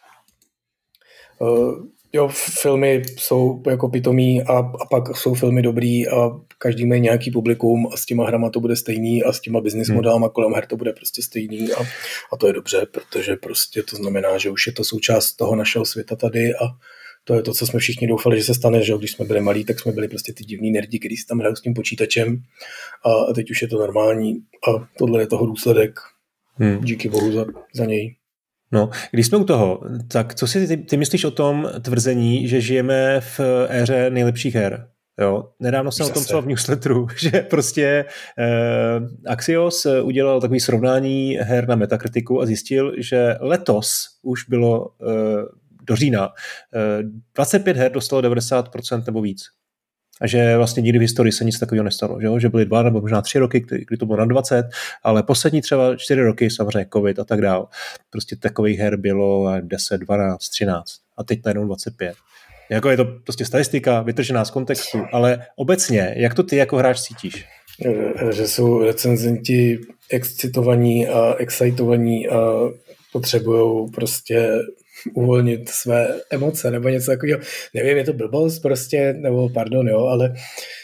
uh, jo, filmy jsou jako pitomí a, a pak jsou filmy dobrý a každý má nějaký publikum a s těma hrama to bude stejný a s těma business modelama kolem her to bude prostě stejný a, a to je dobře, protože prostě to znamená, že už je to součást toho našeho světa tady a to je to, co jsme všichni doufali, že se stane, že když jsme byli malí, tak jsme byli prostě ty divní nerdi, kteří si tam hrajou s tím počítačem a teď už je to normální a tohle je toho důsledek. Hmm. Díky bohu za, za něj. No, když jsme u toho, tak co si ty, ty myslíš o tom tvrzení, že žijeme v éře nejlepších her? Jo? Nedávno jsem Zase. o tom psal v newsletteru, že prostě eh, Axios udělal takový srovnání her na Metakritiku a zjistil, že letos už bylo eh, do října eh, dvacet pět her dostalo devadesát procent nebo víc. A že vlastně nikdy v historii se nic takového nestalo. Že, že byly dva nebo možná tři roky, kdy, kdy to bylo na dvacet, ale poslední třeba čtyři roky, samozřejmě covid a tak dál. Prostě takových her bylo deset, dvanáct, třináct a teď najednou dvacet pět. Jako je to prostě statistika, vytržená z kontextu, ale obecně, jak to ty jako hráč cítíš? Že jsou recenzenti excitovaní a excitovaní a potřebujou prostě uvolnit své emoce nebo něco takového. Nevím, je to blbost prostě, nebo pardon, jo, ale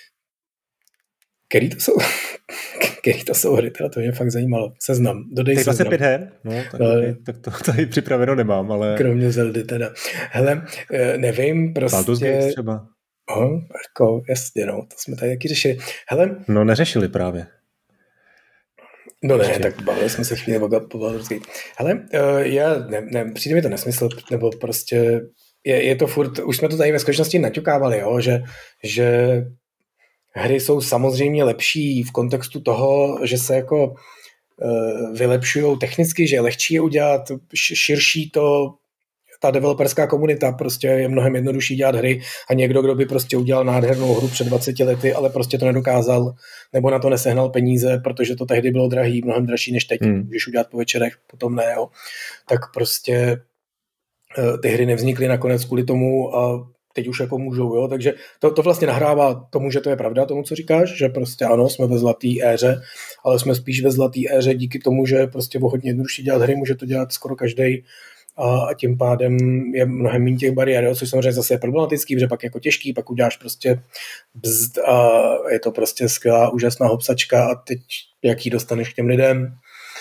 který to jsou, který to jsou hry, teda to mě fakt zajímalo. Seznam, dodej seznam. dvacet pět her? No, tak, ale, tak to tady připraveno nemám, ale... Kromě Zeldy teda. Hele, nevím, prostě... Baldur's Gate třeba. Oh, jako, jasně, no, to jsme tady taky řešili. Hele... No, neřešili právě. No ne, Ještě. tak bavili jsme se chvíli o Baldur's Gate. Hele, já, ne, ne, přijde mi to nesmysl, nebo prostě je, je to furt, už jsme to tady ve skutečnosti naťukávali, jo, že, že hry jsou samozřejmě lepší v kontextu toho, že se jako uh, vylepšujou technicky, že je lehčí je udělat, širší to, ta developerská komunita, prostě je mnohem jednodušší dělat hry a někdo, kdo by prostě udělal nádhernou hru před dvaceti lety, ale prostě to nedokázal, nebo na to nesehnal peníze, protože to tehdy bylo drahý, mnohem dražší než teď, hmm. můžeš udělat po večerech, potom ne, jo. Tak prostě ty hry nevznikly nakonec kvůli tomu a teď už jako můžou, jo, takže to, to vlastně nahrává tomu, že to je pravda, tomu, co říkáš, že prostě ano, jsme ve zlatý éře, ale jsme spíš ve zlatý éře díky tomu, že prostě o hodně jednodušší dělat hry, může to dělat skoro každej a tím pádem je mnohem méně těch bariér, což samozřejmě zase je problematický, protože pak jako těžký, pak uděláš prostě bzd a je to prostě skvělá, úžasná hopsačka a teď jak ji dostaneš k těm lidem,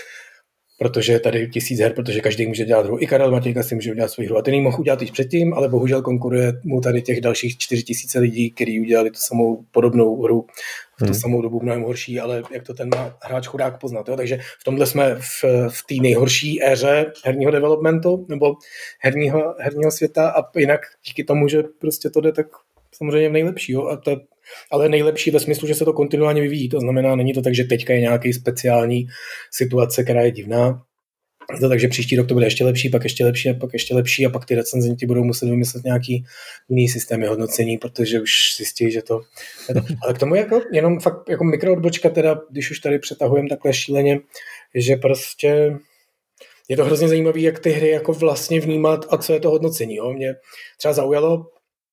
protože je tady tisíc her, protože každý může dělat hru. I Karel Matějka si může udělat svou hru a ten ji mohl udělat již předtím, ale bohužel konkuruje mu tady těch dalších čtyři tisíce lidí, kteří udělali tu samou podobnou hru v tu hmm. samou dobu mnohem horší, ale jak to ten hráč chudák poznat. Jo? Takže v tomhle jsme v, v té nejhorší éře herního developmentu nebo herního, herního světa a jinak díky tomu, že prostě to jde tak samozřejmě v nejlepší. Jo? A to, ale nejlepší ve smyslu, že se to kontinuálně vyvíjí. To znamená, není to tak, že teďka je nějaký speciální situace, která je divná. Je to tak, že příští rok to bude ještě lepší, pak ještě lepší a pak ještě lepší a pak ty recenzenti budou muset vymyslet nějaký jiný systémy hodnocení, protože už zjistí, že to... Ale k tomu jako, jenom fakt jako mikroodbočka teda, když už tady přetahujeme takhle šíleně, že prostě je to hrozně zajímavé, jak ty hry jako vlastně vnímat a co je to hodnocení. Jo? Mě třeba zaujalo,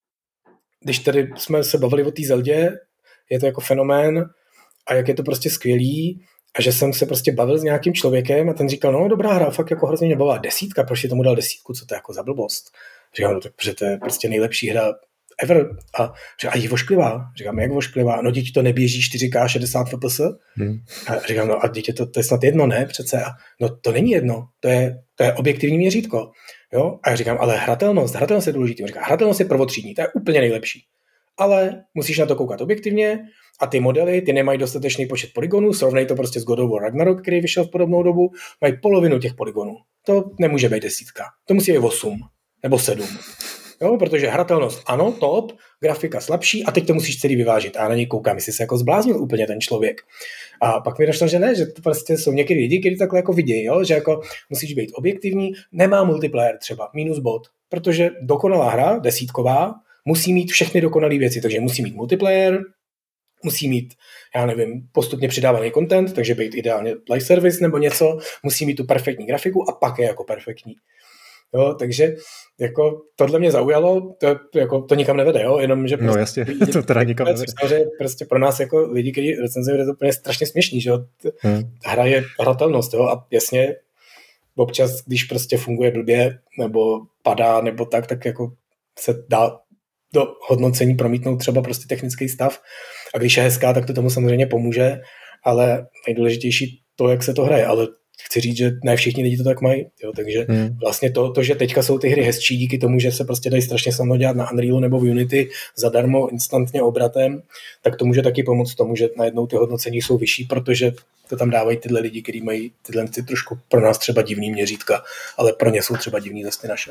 když tady jsme se bavili o té Zeldě, je to jako fenomén a jak je to prostě skvělý a že jsem se prostě bavil s nějakým člověkem a ten říkal, no dobrá hra, fakt jako hrozně mě bavila desítka, proč je tomu dal desítku, co to je jako za blbost. Říkám, no tak protože to je prostě nejlepší hra ever a, a je vošklivá. Říkám, jak vošklivá? No dítě to neběží čtyři ká šedesát ef pé es. Hmm. A říkám, no a dítě to, to je snad jedno, ne? Přece. A no to není jedno, to je, to je objektivní měřítko. Jo? A já říkám, ale hratelnost, hratelnost je důležitý. On říká, hratelnost je prvotřídní, to je úplně nejlepší. Ale musíš na to koukat objektivně a ty modely, ty nemají dostatečný počet polygonů, srovnej to prostě s God of War Ragnarok, který vyšel v podobnou dobu, mají polovinu těch polygonů. To nemůže být desítka, to musí být osm nebo sedm. Jo, protože hratelnost ano, top, grafika slabší a teď to musíš celý vyvážit. A já na něj koukám, jestli se jako zbláznil úplně ten člověk. A pak mi došlo, že ne, že to prostě jsou někdy lidi, kteří takhle jako vidějí, jo? Že jako musíš být objektivní, nemá multiplayer třeba, minus bod, protože dokonalá hra, desítková, musí mít všechny dokonalé věci, takže musí mít multiplayer, musí mít, já nevím, postupně přidávaný content, takže být ideálně live service nebo něco, musí mít tu perfektní grafiku a pak je jako perfektní. Jo, takže jako tohle mě zaujalo, to, jako, to nikam nevede, jo, jenom, že prostě no jasně, lidi, to teda nikam nevede. Že prostě pro nás jako lidi, kteří recenzují, je to úplně strašně směšný, že jo, hmm. hra je hratelnost, jo, a jasně občas, když prostě funguje blbě, nebo padá, nebo tak, tak jako se dá do hodnocení promítnout třeba prostě technický stav a když je hezká, tak to tomu samozřejmě pomůže, ale nejdůležitější to, jak se to hraje, ale chci říct, že ne všichni lidi to tak mají, jo, takže hmm. vlastně to, to, že teďka jsou ty hry hezčí díky tomu, že se prostě dají strašně snadno dělat na Unrealu nebo v Unity zadarmo, instantně obratem, tak to může taky pomoct tomu, že najednou ty hodnocení jsou vyšší, protože to tam dávají tyhle lidi, kteří mají tyhle ty trošku pro nás třeba divný měřítka, ale pro ně jsou třeba divný zase ty naše.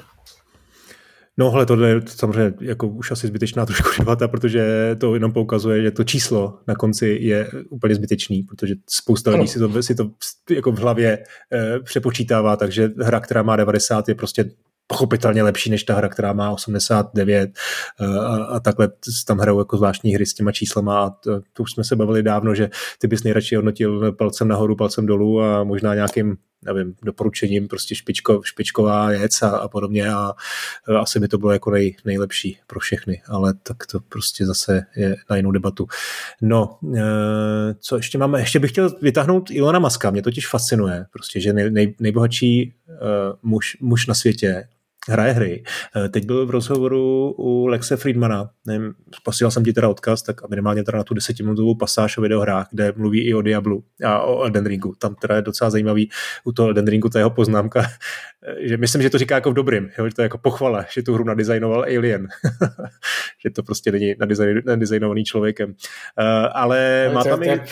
No ale tohle je samozřejmě jako už asi zbytečná trošku debata, protože to jenom poukazuje, že to číslo na konci je úplně zbytečný, protože spousta lidí si to, si to jako v hlavě e, přepočítává, takže hra, která má devadesát, je prostě pochopitelně lepší než ta hra, která má osmdesát devět a, a takhle tam hrajou jako zvláštní hry s těma číslama a to, to už jsme se bavili dávno, že ty bys nejradši hodnotil palcem nahoru, palcem dolů a možná nějakým nevím, doporučením prostě špičko, špičková věc a, a podobně a, a asi by to bylo jako nej, nejlepší pro všechny, ale tak to prostě zase je na jinou debatu. No, e, co ještě máme? Ještě bych chtěl vytáhnout Ilona Muska, mě totiž fascinuje, prostě, že nej, nej, nejbohatší e, muž, muž na světě hraje hry. Teď byl v rozhovoru u Lexe Friedmana, nevím, posílal jsem ti teda odkaz, tak minimálně teda na tu desetiminutovou pasáž o videohrách, kde mluví i o Diablu a o Elden Ringu. Tam teda je docela zajímavý u toho Elden Ringu ta jeho poznámka, že myslím, že to říká jako v dobrým, jo, že to je jako pochvala, že tu hru nadizajnoval Alien. Že to prostě není nadizajnovaný člověkem. Uh, ale no, má tam i...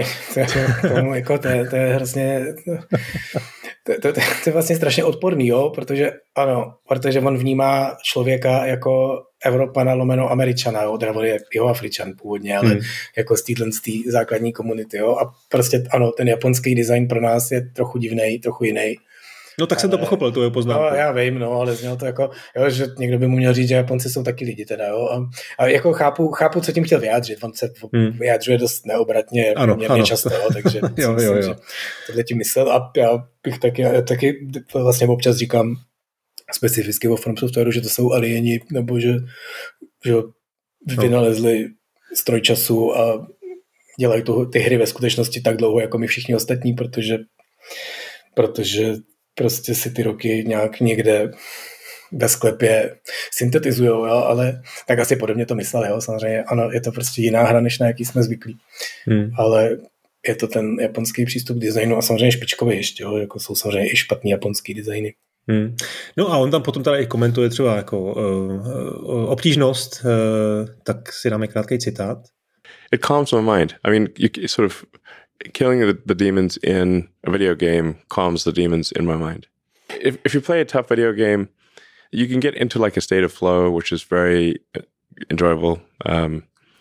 To je hrozně... To, to, to, to je vlastně strašně odporný, jo, protože ano, protože on vnímá člověka jako Evropana lomeno Američana, jo, teda on je Jihoafričan původně, ale hmm. jako z téhle základní komunity, jo, a prostě ano, ten japonský design pro nás je trochu divnej, trochu jiný. No tak ale, jsem to pochopil, tu jeho poznámku. No, já vím, no, ale znělo to jako, jo, že někdo by mu měl říct, že Japonci jsou taky lidi teda, jo, a, a jako chápu, chápu, co tím chtěl vyjádřit, on se hmm. vyjádřuje dost neobratně, ano, mě ano. často, jo, takže jo, myslím, jo, jo. že tohle tím myslel a já bych taky, já taky vlastně občas říkám specificky o From Softwareu, že to jsou alieni, nebo že, že vynalezli no. stroj času a dělají to, ty hry ve skutečnosti tak dlouho, jako my všichni ostatní, protože protože prostě si ty roky nějak někde ve sklepě syntetizujou, jo, ale tak asi podobně to myslel, jo, samozřejmě, ano, je to prostě jiná hra, než na jaký jsme zvyklí, hmm. ale je to ten japonský přístup k designu a samozřejmě špičkový ještě, jo, jako jsou samozřejmě i špatný japonský designy. Hmm. No a on tam potom teda i komentuje třeba jako uh, uh, obtížnost, uh, tak si dáme krátký citát. It calms my mind. I mean, you sort of killing the, the demons in a video game calms the demons in my mind. If if you play a tough video game, you can get into like a state of flow, which is very enjoyable. Um,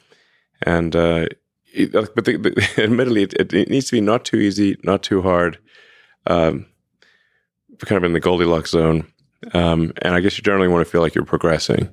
and uh, it, but the, the, admittedly, it, it needs to be not too easy, not too hard. Um, kind of in the Goldilocks zone. Um, and I guess you generally want to feel like you're progressing.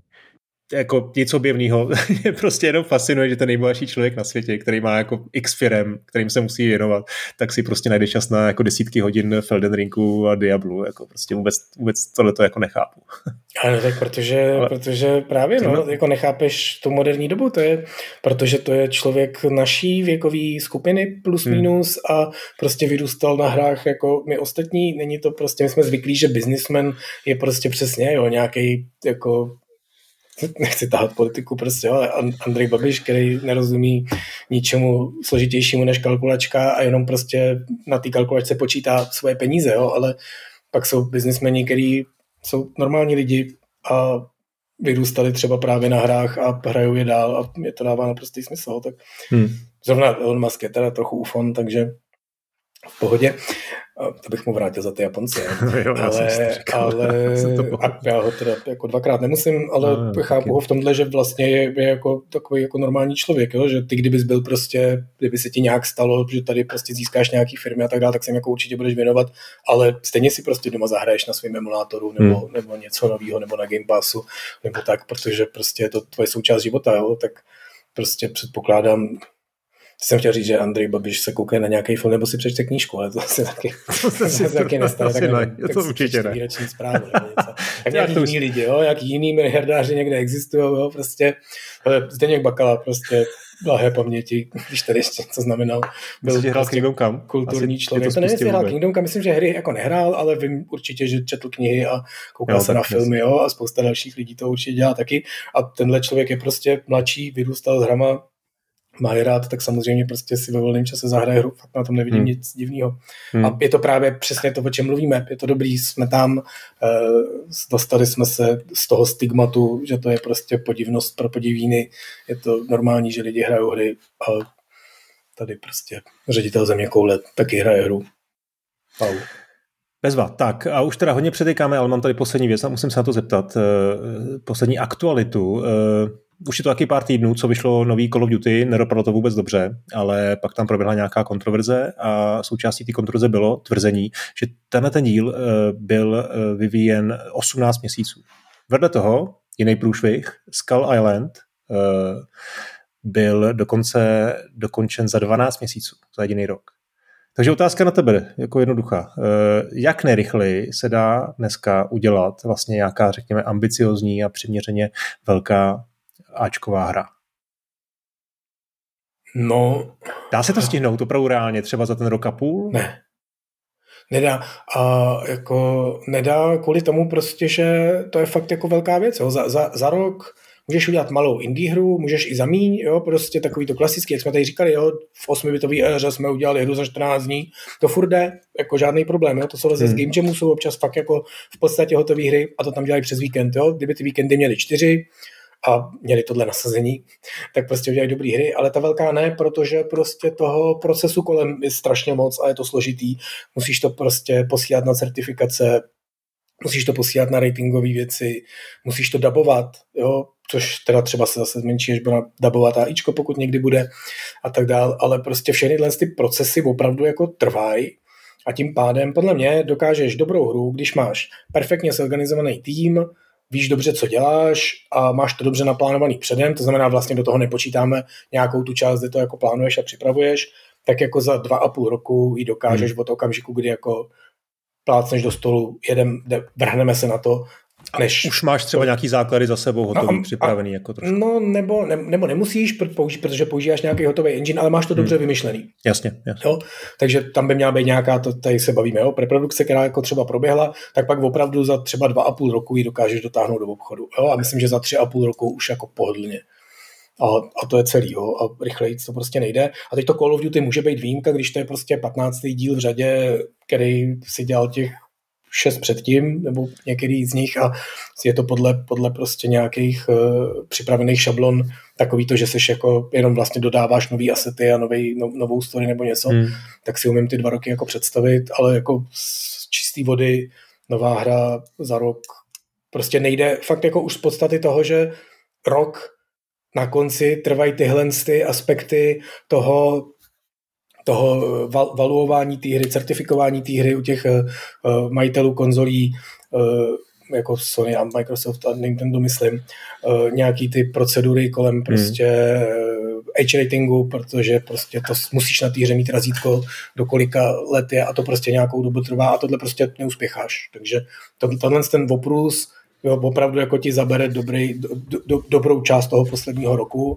Jako nic objevného. Mě prostě jenom fascinuje, že ten nejbohatší člověk na světě, který má jako x firem, kterým se musí věnovat, tak si prostě najde čas na jako desítky hodin v Elden Ringu a Diablu. Jako prostě vůbec, vůbec tohleto jako nechápu. Ano, tak protože, Ale... protože právě no, jako nechápeš tu moderní dobu, to je, protože to je člověk naší věkové skupiny plus minus hmm. a prostě vyrůstal na hrách jako my ostatní. Není to prostě, my jsme zvyklí, že businessman je prostě přesně jo, nějaký jako nechci tahat politiku prostě, ale Andrej Babiš, který nerozumí ničemu složitějšímu než kalkulačka a jenom prostě na té kalkulačce počítá svoje peníze, jo, ale pak jsou biznismeni, který jsou normální lidi a vyrůstali třeba právě na hrách a hrajou je dál a mě to dává naprostý smysl, tak hmm. zrovna Elon Musk je teda trochu ufon, takže v pohodě. To bych mu vrátil za ty Japonce. Jo, ale ale a já ho teda jako dvakrát nemusím, ale no, chápu taky. Ho v tomhle, že vlastně je, je jako takový jako normální člověk, jo? Že ty kdybys byl prostě, kdyby se ti nějak stalo, že tady prostě získáš nějaký firmy a tak dále, tak se jim jako určitě budeš věnovat, ale stejně si prostě doma zahraješ na svým emulátoru nebo, hmm. nebo něco nového, nebo na Game Passu, nebo tak, protože prostě je to tvoje součást života, jo? Tak prostě předpokládám, jsem chtěl říct, že Andrej Babiš se koukne na nějaký film nebo si přečte knížku, ale to asi taky, to asi taky nestane. Tak, ne, tak to určitě ne. Výroční zprávu, tak nějaký jiný lidi, jo, jak jiný miliardáři někde existují, jo, prostě Zdeněk Bakala, prostě blahé paměti, když tady ještě co znamenal. Byl myslím, prostě Kingdom Come. Kulturní asi člověk. To, to nevím, jestli hrál Kingdom Come, myslím, že hry jako nehrál, ale vím určitě, že četl knihy a koukal jo, se na filmy, jo, a spousta dalších lidí to určitě dělá taky. A tenhle člověk je prostě mladší, vyrůstal s hrama, má je rád, tak samozřejmě prostě si ve volném čase zahraje hru, fakt na tom nevidím hmm. nic divného. Hmm. A je to právě přesně to, o čem mluvíme. Je to dobrý, jsme tam, uh, dostali jsme se z toho stigmatu, že to je prostě podivnost pro podivíny. Je to normální, že lidi hrajou hry a tady prostě ředitel Země koule taky hraje hru. Pau. Bezva. Tak a už teda hodně přetýkáme, ale mám tady poslední věc a musím se na to zeptat. Poslední aktualitu. Už je to taky pár týdnů, co vyšlo nový Call of Duty, nedopadlo to vůbec dobře, ale pak tam proběhla nějaká kontroverze a součástí té kontroverze bylo tvrzení, že tenhle ten díl byl vyvíjen osmnáct měsíců. Vedle toho jiný průšvih, Skull Island, byl dokonce dokončen za dvanáct měsíců, za jediný rok. Takže otázka na tebe, jako jednoduchá. Jak nejrychleji se dá dneska udělat vlastně nějaká, řekněme, ambiciozní a přiměřeně velká áčková hra? No... Dá se to stihnout opravdu reálně, třeba za ten rok a půl? Ne. Nedá. A jako nedá kvůli tomu prostě, že to je fakt jako velká věc. Jo. Za, za, za rok můžeš udělat malou indie hru, můžeš i za míň, jo, prostě takový to klasický, jak jsme tady říkali, jo, v osmibitové éře jsme udělali hru za čtrnáct dní, to furt jde, jako žádný problém, jo, to jsou zase hmm. z Game Jamu, jsou občas fakt jako v podstatě hotové hry a to tam dělají přes víkend, jo, kdyby ty víkendy měly čtyři a měli tohle nasazení, tak prostě udělají dobrý hry, ale ta velká ne, protože prostě toho procesu kolem je strašně moc a je to složitý, musíš to prostě posílat na certifikace, musíš to posílat na ratingové věci, musíš to dabovat, jo, což teda třeba se zase zmenší, až bude dabovat AIčko, pokud někdy bude a tak dál, ale prostě všechny ty procesy opravdu jako trvají a tím pádem podle mě dokážeš dobrou hru, když máš perfektně zorganizovaný tým, víš dobře, co děláš a máš to dobře naplánovaný předem, to znamená vlastně do toho nepočítáme nějakou tu část, kde to jako plánuješ a připravuješ, tak jako za dva a půl roku ji dokážeš hmm. od okamžiku, kdy jako plácneš do stolu, jedem, vrhneme se na to Než už máš třeba to... nějaký základy za sebou hotový, no, připravený a, jako trošku. No, nebo, ne, nebo nemusíš použít, protože používáš nějaký hotový engine, ale máš to dobře hmm. vymyšlený. Jasně, jasně. Jo? Takže tam by měla být nějaká, to tady se bavíme, jo? Preprodukce, která jako třeba proběhla, tak pak opravdu za třeba dva a půl roku ji dokážeš dotáhnout do obchodu. Jo? A myslím, že za tři a půl roku už jako pohodlně. A, a to je celý, jo? A rychleji to prostě nejde. A teď to Call of Duty může být výjimka, když to je prostě patnáctý díl v řadě, který si dělal těch šest předtím, nebo některý z nich a je to podle, podle prostě nějakých uh, připravených šablon takový to, že seš jako jenom vlastně dodáváš nový asety a novej, no, novou story nebo něco, hmm. tak si umím ty dva roky jako představit, ale jako z čistý vody nová hra za rok prostě nejde fakt jako už z podstaty toho, že rok na konci trvají tyhle ty aspekty toho toho val, valuování té hry, certifikování té hry u těch uh, majitelů konzolí, uh, jako Sony a Microsoft a Nintendo, myslím, uh, nějaký ty procedury kolem prostě uh, age ratingu, protože prostě to musíš na té hře mít razítko, do kolika let je a to prostě nějakou dobu trvá a tohle prostě neuspěcháš. Takže to, tohle ten oprus jo, opravdu jako ti zabere dobrý, do, do, dobrou část toho posledního roku.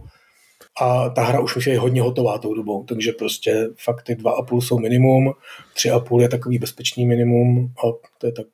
A ta hra už je hodně hotová tou dobou, takže prostě fakt ty dva a půl jsou minimum, tři a půl je takový bezpečný minimum a to je tak...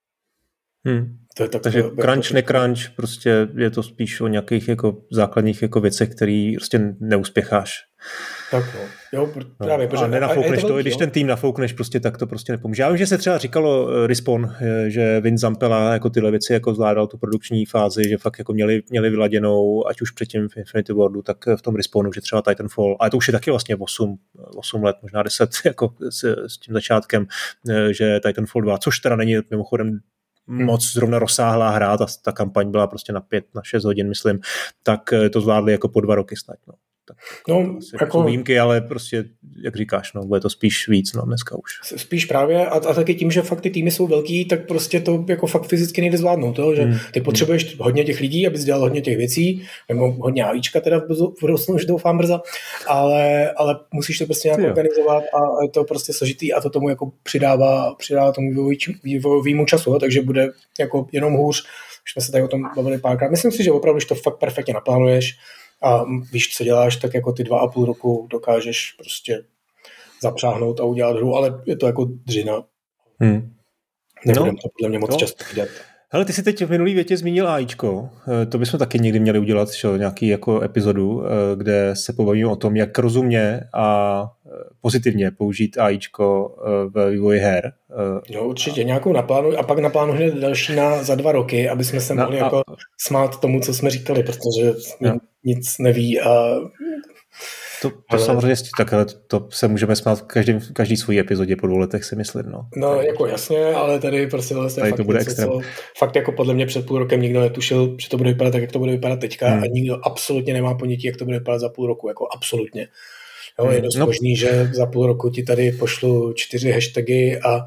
Hmm. To je tak takže to, crunch, to... necrunch, prostě je to spíš o nějakých jako základních jako věcech, který prostě neuspěcháš. Tak no. Jo, právě. No, a nenafoukneš to, to, když jo? Ten tým nafoukneš, prostě tak to prostě nepomůže. Já vím, že se třeba říkalo uh, Respawn, že Vince Zampella jako tyhle věci jako zvládal tu produkční fázi, že fakt jako měli, měli vyladěnou, ať už předtím v Infinity Wardu, tak v tom Respawnu, že třeba Titanfall, ale to už je taky vlastně osm let, možná deset jako s, s tím začátkem, že Titanfall dva, což teda není mimochodem moc zrovna rozsáhlá hra, ta, ta kampaň byla prostě na pět, na šest hodin, myslím, tak to zvládli jako po dva roky snad, no. Tak, no, jako jsou výjimky, ale prostě, jak říkáš, no, bude to spíš víc, no, dneska už. Spíš právě a, a taky tím, že fakt ty týmy jsou velký, tak prostě to jako fakt fyzicky nejde zvládnout, to, že hmm. ty potřebuješ hmm. hodně těch lidí, abys dělal hodně těch věcí, nebo hodně AIčka teda v budoucnu, už doufám brzo, ale, ale musíš to prostě nějak organizovat a je to prostě složitý a to tomu jako přidává, přidává tomu vývojovému času, takže bude jako jenom hůř, už jsme se tady o tom bavili párkrát. Myslím si, že opravdu, když to fakt perfektně naplánuješ, a víš, co děláš, tak jako ty dva a půl roku dokážeš prostě zapřáhnout a udělat hru, ale je to jako dřina. Hmm. Nebudem no. to podle mě moc no. často vidět. Hele, ty jsi teď v minulý větě zmínil AIčko. To bychom taky někdy měli udělat čo, nějaký jako epizodu, kde se pobavíme o tom, jak rozumně a pozitivně použít AIčko v vývoji her. No určitě, nějakou naplánuj a pak naplánujeme další na za dva roky, aby jsme se mohli no, jako a... smát tomu, co jsme říkali, protože no. nic neví a... To, to ale... samozřejmě, takhle to se můžeme smát každý, každý svůj epizodě po dvou letech, si myslím. No, no jako jasně, ale tady prostě tady fakt, to bude něco, extrém. Co, fakt jako podle mě před půl rokem nikdo netušil, že to bude vypadat tak, jak to bude vypadat teďka hmm. a nikdo absolutně nemá ponětí, jak to bude vypadat za půl roku, jako absolutně. Jo, hmm. Je dost no. možný, že za půl roku ti tady pošlu čtyři hashtagy a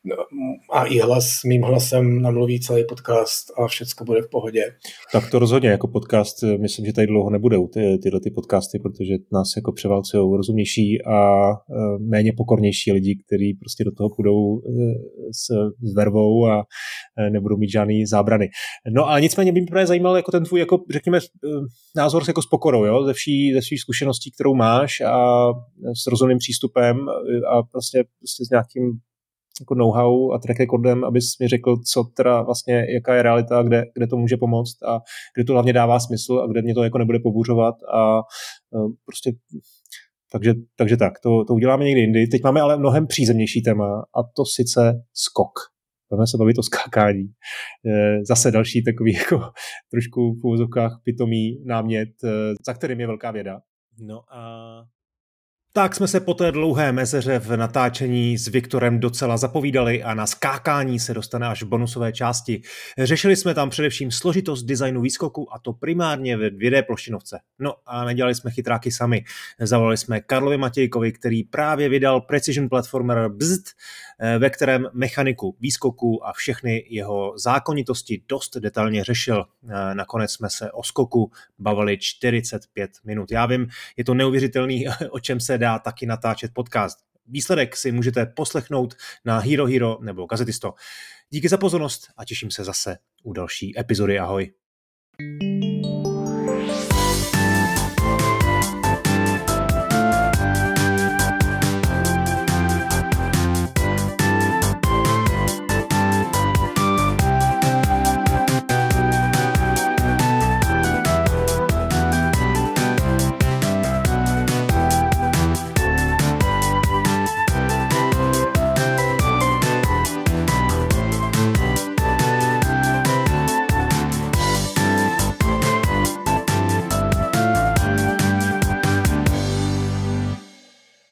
a i hlas s mým hlasem namluví celý podcast a všecko bude v pohodě. Tak to rozhodně jako podcast, myslím, že tady dlouho nebudou ty, tyhle ty podcasty, protože nás jako převálcují rozumnější a méně pokornější lidi, kteří prostě do toho půjdou s, s vervou a nebudou mít žádný zábrany. No a nicméně by mě právě zajímal jako ten tvůj, jako řekněme, názor jako s pokorou, jo? Ze vší, ze vší zkušeností, kterou máš a s rozumným přístupem a prostě, prostě s nějakým jako know-how a track recordem, abys mi řekl, co teda vlastně, jaká je realita, kde, kde to může pomoct a kde to hlavně dává smysl a kde mě to jako nebude pobuřovat a uh, prostě takže, takže tak, to, to uděláme někdy jindy. Teď máme ale mnohem přízemnější téma a to sice skok. Budeme se bavit o skákání. Zase další takový jako trošku v uvozovkách pitomý námět, za kterým je velká věda. No a tak jsme se po té dlouhé mezeře v natáčení s Viktorem docela zapovídali a na skákání se dostane až v bonusové části. Řešili jsme tam především složitost designu výskoku a to primárně ve dvě dé ploštinovce. No a nedělali jsme chytráky sami. Zavolali jsme Karlovi Matějkovi, který právě vydal Precision Platformer Bzd, ve kterém mechaniku výskoku a všechny jeho zákonitosti dost detailně řešil. Nakonec jsme se o skoku bavili čtyřicet pět minut. Já vím, je to neuvěřitelný, o čem se dá taky natáčet podcast. Výsledek si můžete poslechnout na Hero Hero nebo Gazetisto. Díky za pozornost a těším se zase u další epizody. Ahoj.